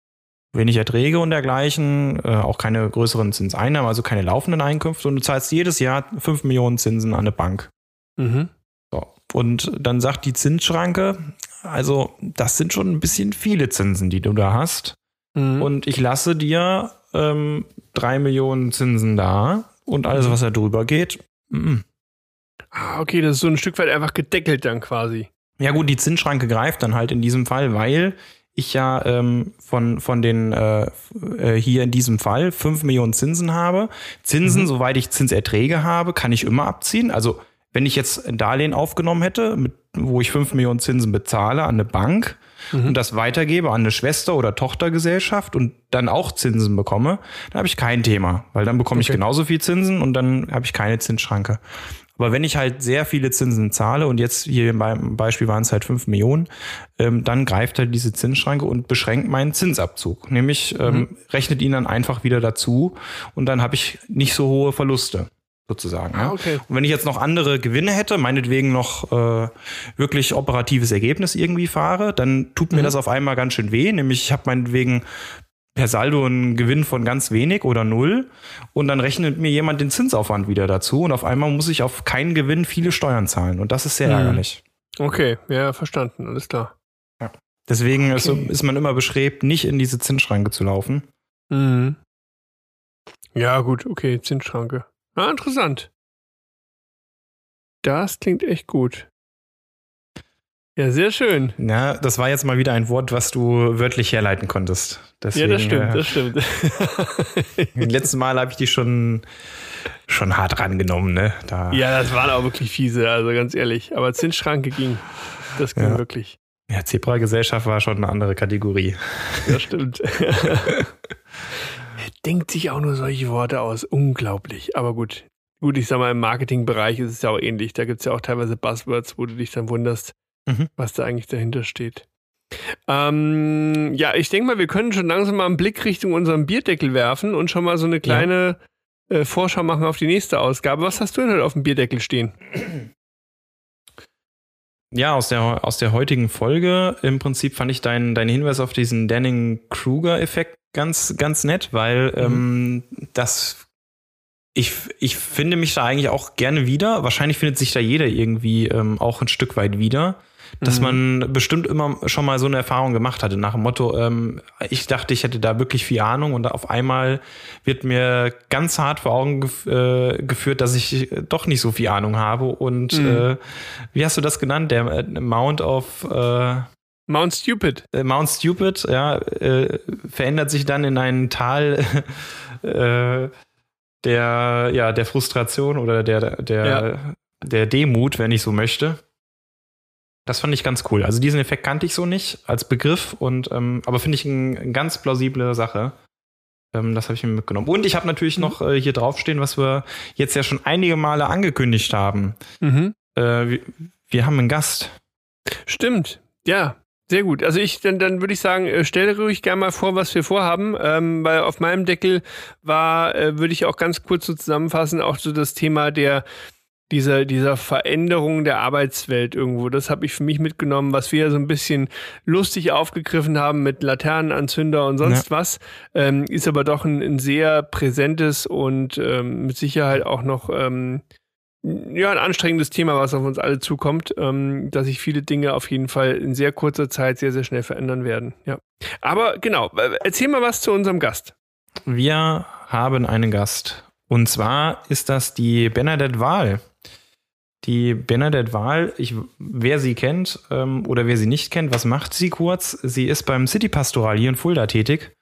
wenig Erträge und dergleichen, äh, auch keine größeren Zinseinnahmen, also keine laufenden Einkünfte und du zahlst jedes Jahr fünf Millionen Zinsen an eine Bank. Mhm. So. Und dann sagt die Zinsschranke, also das sind schon ein bisschen viele Zinsen, die du da hast. Mhm. Und ich lasse dir ähm, drei Millionen Zinsen da und alles, was da drüber geht. M-m. Ah, okay, das ist so ein Stück weit einfach gedeckelt dann quasi. Ja gut, die Zinsschranke greift dann halt in diesem Fall, weil ich ja ähm, von, von den äh, äh, hier in diesem Fall fünf Millionen Zinsen habe. Zinsen, mhm. soweit ich Zinserträge habe, kann ich immer abziehen. Also wenn ich jetzt ein Darlehen aufgenommen hätte, mit, wo ich fünf Millionen Zinsen bezahle an eine Bank mhm. und das weitergebe an eine Schwester- oder Tochtergesellschaft und dann auch Zinsen bekomme, dann habe ich kein Thema, weil dann bekomme okay. ich genauso viel Zinsen und dann habe ich keine Zinsschranke. Aber wenn ich halt sehr viele Zinsen zahle und jetzt hier beim Beispiel waren es halt fünf Millionen, ähm, dann greift halt diese Zinsschranke und beschränkt meinen Zinsabzug. Nämlich ähm, mhm. rechnet ihn dann einfach wieder dazu und dann habe ich nicht so hohe Verluste sozusagen. Ah, ja. okay. Und wenn ich jetzt noch andere Gewinne hätte, meinetwegen noch äh, wirklich operatives Ergebnis irgendwie fahre, dann tut mir mhm. das auf einmal ganz schön weh. Nämlich ich habe meinetwegen per Saldo einen Gewinn von ganz wenig oder null und dann rechnet mir jemand den Zinsaufwand wieder dazu und auf einmal muss ich auf keinen Gewinn viele Steuern zahlen und das ist sehr mhm. ärgerlich. Okay, ja, verstanden, alles klar. Ja. Deswegen okay. ist, ist man immer bestrebt, nicht in diese Zinsschranke zu laufen. Mhm. Ja, gut, okay, Zinsschranke. Ah, interessant. Das klingt echt gut. Ja, sehr schön. Ja, das war jetzt mal wieder ein Wort, was du wörtlich herleiten konntest. Deswegen, ja, das stimmt, äh, das stimmt. Die letzten Mal habe ich die schon, schon hart rangenommen, ne? Da. Ja, das waren auch wirklich fiese, also ganz ehrlich. Aber Zinsschranke ging. Das ging ja. wirklich. Ja, Zebra-Gesellschaft war schon eine andere Kategorie. Das stimmt. Er denkt sich auch nur solche Worte aus. Unglaublich. Aber gut. Gut, ich sag mal, im Marketingbereich ist es ja auch ähnlich. Da gibt es ja auch teilweise Buzzwords, wo du dich dann wunderst, mhm. was da eigentlich dahinter steht. Ähm, ja, ich denke mal, wir können schon langsam mal einen Blick Richtung unseren Bierdeckel werfen und schon mal so eine kleine ja. äh, Vorschau machen auf die nächste Ausgabe. Was hast du denn heute auf dem Bierdeckel stehen? Ja, aus der, aus der heutigen Folge im Prinzip fand ich deinen dein Hinweis auf diesen Dunning-Kruger-Effekt ganz, ganz nett, weil mhm. ähm, das ich, ich finde mich da eigentlich auch gerne wieder. Wahrscheinlich findet sich da jeder irgendwie ähm, auch ein Stück weit wieder. Dass mhm. man bestimmt immer schon mal so eine Erfahrung gemacht hatte, nach dem Motto, ähm, ich dachte, ich hätte da wirklich viel Ahnung und auf einmal wird mir ganz hart vor Augen gef- äh, geführt, dass ich doch nicht so viel Ahnung habe und mhm. äh, wie hast du das genannt? Der äh, Mount of äh, Mount Stupid. Äh, Mount Stupid, ja, äh, verändert sich dann in ein Tal äh, der, ja, der Frustration oder der, der, ja. der Demut, wenn ich so möchte. Das fand ich ganz cool. Also diesen Effekt kannte ich so nicht als Begriff, und ähm, aber finde ich eine ein ganz plausible Sache. Ähm, das habe ich mir mitgenommen. Und ich habe natürlich mhm. noch äh, hier draufstehen, was wir jetzt ja schon einige Male angekündigt haben. Mhm. Äh, wir, wir haben einen Gast. Stimmt, ja. Sehr gut. Also ich, dann, dann würde ich sagen, äh, stell ruhig gerne mal vor, was wir vorhaben, ähm, weil auf meinem Deckel war, äh, würde ich auch ganz kurz so zusammenfassen, auch so das Thema der Dieser, dieser Veränderung der Arbeitswelt irgendwo. Das habe ich für mich mitgenommen, was wir so ein bisschen lustig aufgegriffen haben mit Laternenanzünder und sonst ja. was, ähm, ist aber doch ein, ein sehr präsentes und ähm, mit Sicherheit auch noch ähm, ja, ein anstrengendes Thema, was auf uns alle zukommt, ähm, dass sich viele Dinge auf jeden Fall in sehr kurzer Zeit sehr, sehr schnell verändern werden. Ja. Aber genau, erzähl mal was zu unserem Gast. Wir haben einen Gast. Und zwar ist das die Bernadette Wahl. Die Bernadette Wahl, ich, wer sie kennt ähm, oder wer sie nicht kennt, was macht sie kurz? Sie ist beim City Pastoral hier in Fulda tätig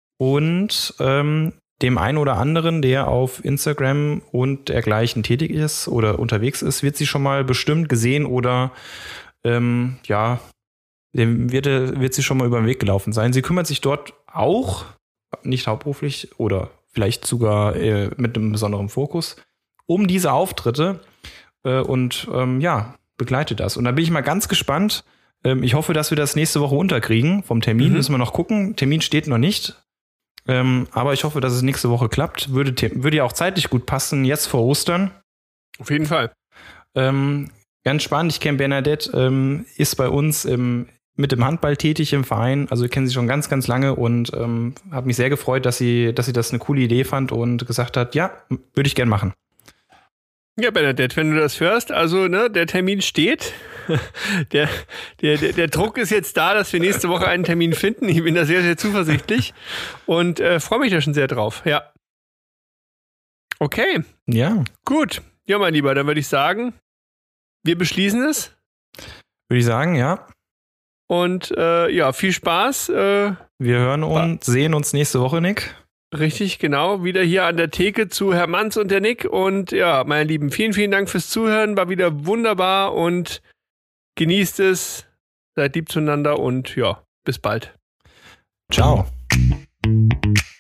und ähm, dem einen oder anderen, der auf Instagram und dergleichen tätig ist oder unterwegs ist, wird sie schon mal bestimmt gesehen oder ähm, ja, dem wird, wird sie schon mal über den Weg gelaufen sein. Sie kümmert sich dort auch, nicht hauptberuflich oder vielleicht sogar äh, mit einem besonderen Fokus, um diese Auftritte äh, und ähm, ja, begleitet das. Und da bin ich mal ganz gespannt. Ähm, ich hoffe, dass wir das nächste Woche unterkriegen. Vom Termin mhm. müssen wir noch gucken. Termin steht noch nicht. Ähm, aber ich hoffe, dass es nächste Woche klappt. Würde, würde ja auch zeitlich gut passen, jetzt vor Ostern. Auf jeden Fall. Ähm, ganz spannend. Ich kenne Bernadette, ähm, ist bei uns im mit dem Handball tätig im Verein, also ich kenne sie schon ganz, ganz lange und ähm, habe mich sehr gefreut, dass sie, dass sie das eine coole Idee fand und gesagt hat, ja, würde ich gern machen. Ja, Bernadette, wenn du das hörst, also ne, der Termin steht. Der, der, der, der Druck ist jetzt da, dass wir nächste Woche einen Termin finden. Ich bin da sehr, sehr zuversichtlich und äh, freue mich da schon sehr drauf. Ja. Okay. Ja. Gut. Ja, mein Lieber, dann würde ich sagen, wir beschließen es. Würde ich sagen, ja. Und äh, ja, viel Spaß. Äh, wir hören und sehen uns nächste Woche, Nick. Richtig, genau. Wieder hier an der Theke zu Herr Manns und der Nick. Und ja, meine Lieben, vielen, vielen Dank fürs Zuhören. War wieder wunderbar und genießt es. Seid lieb zueinander und ja, bis bald. Ciao.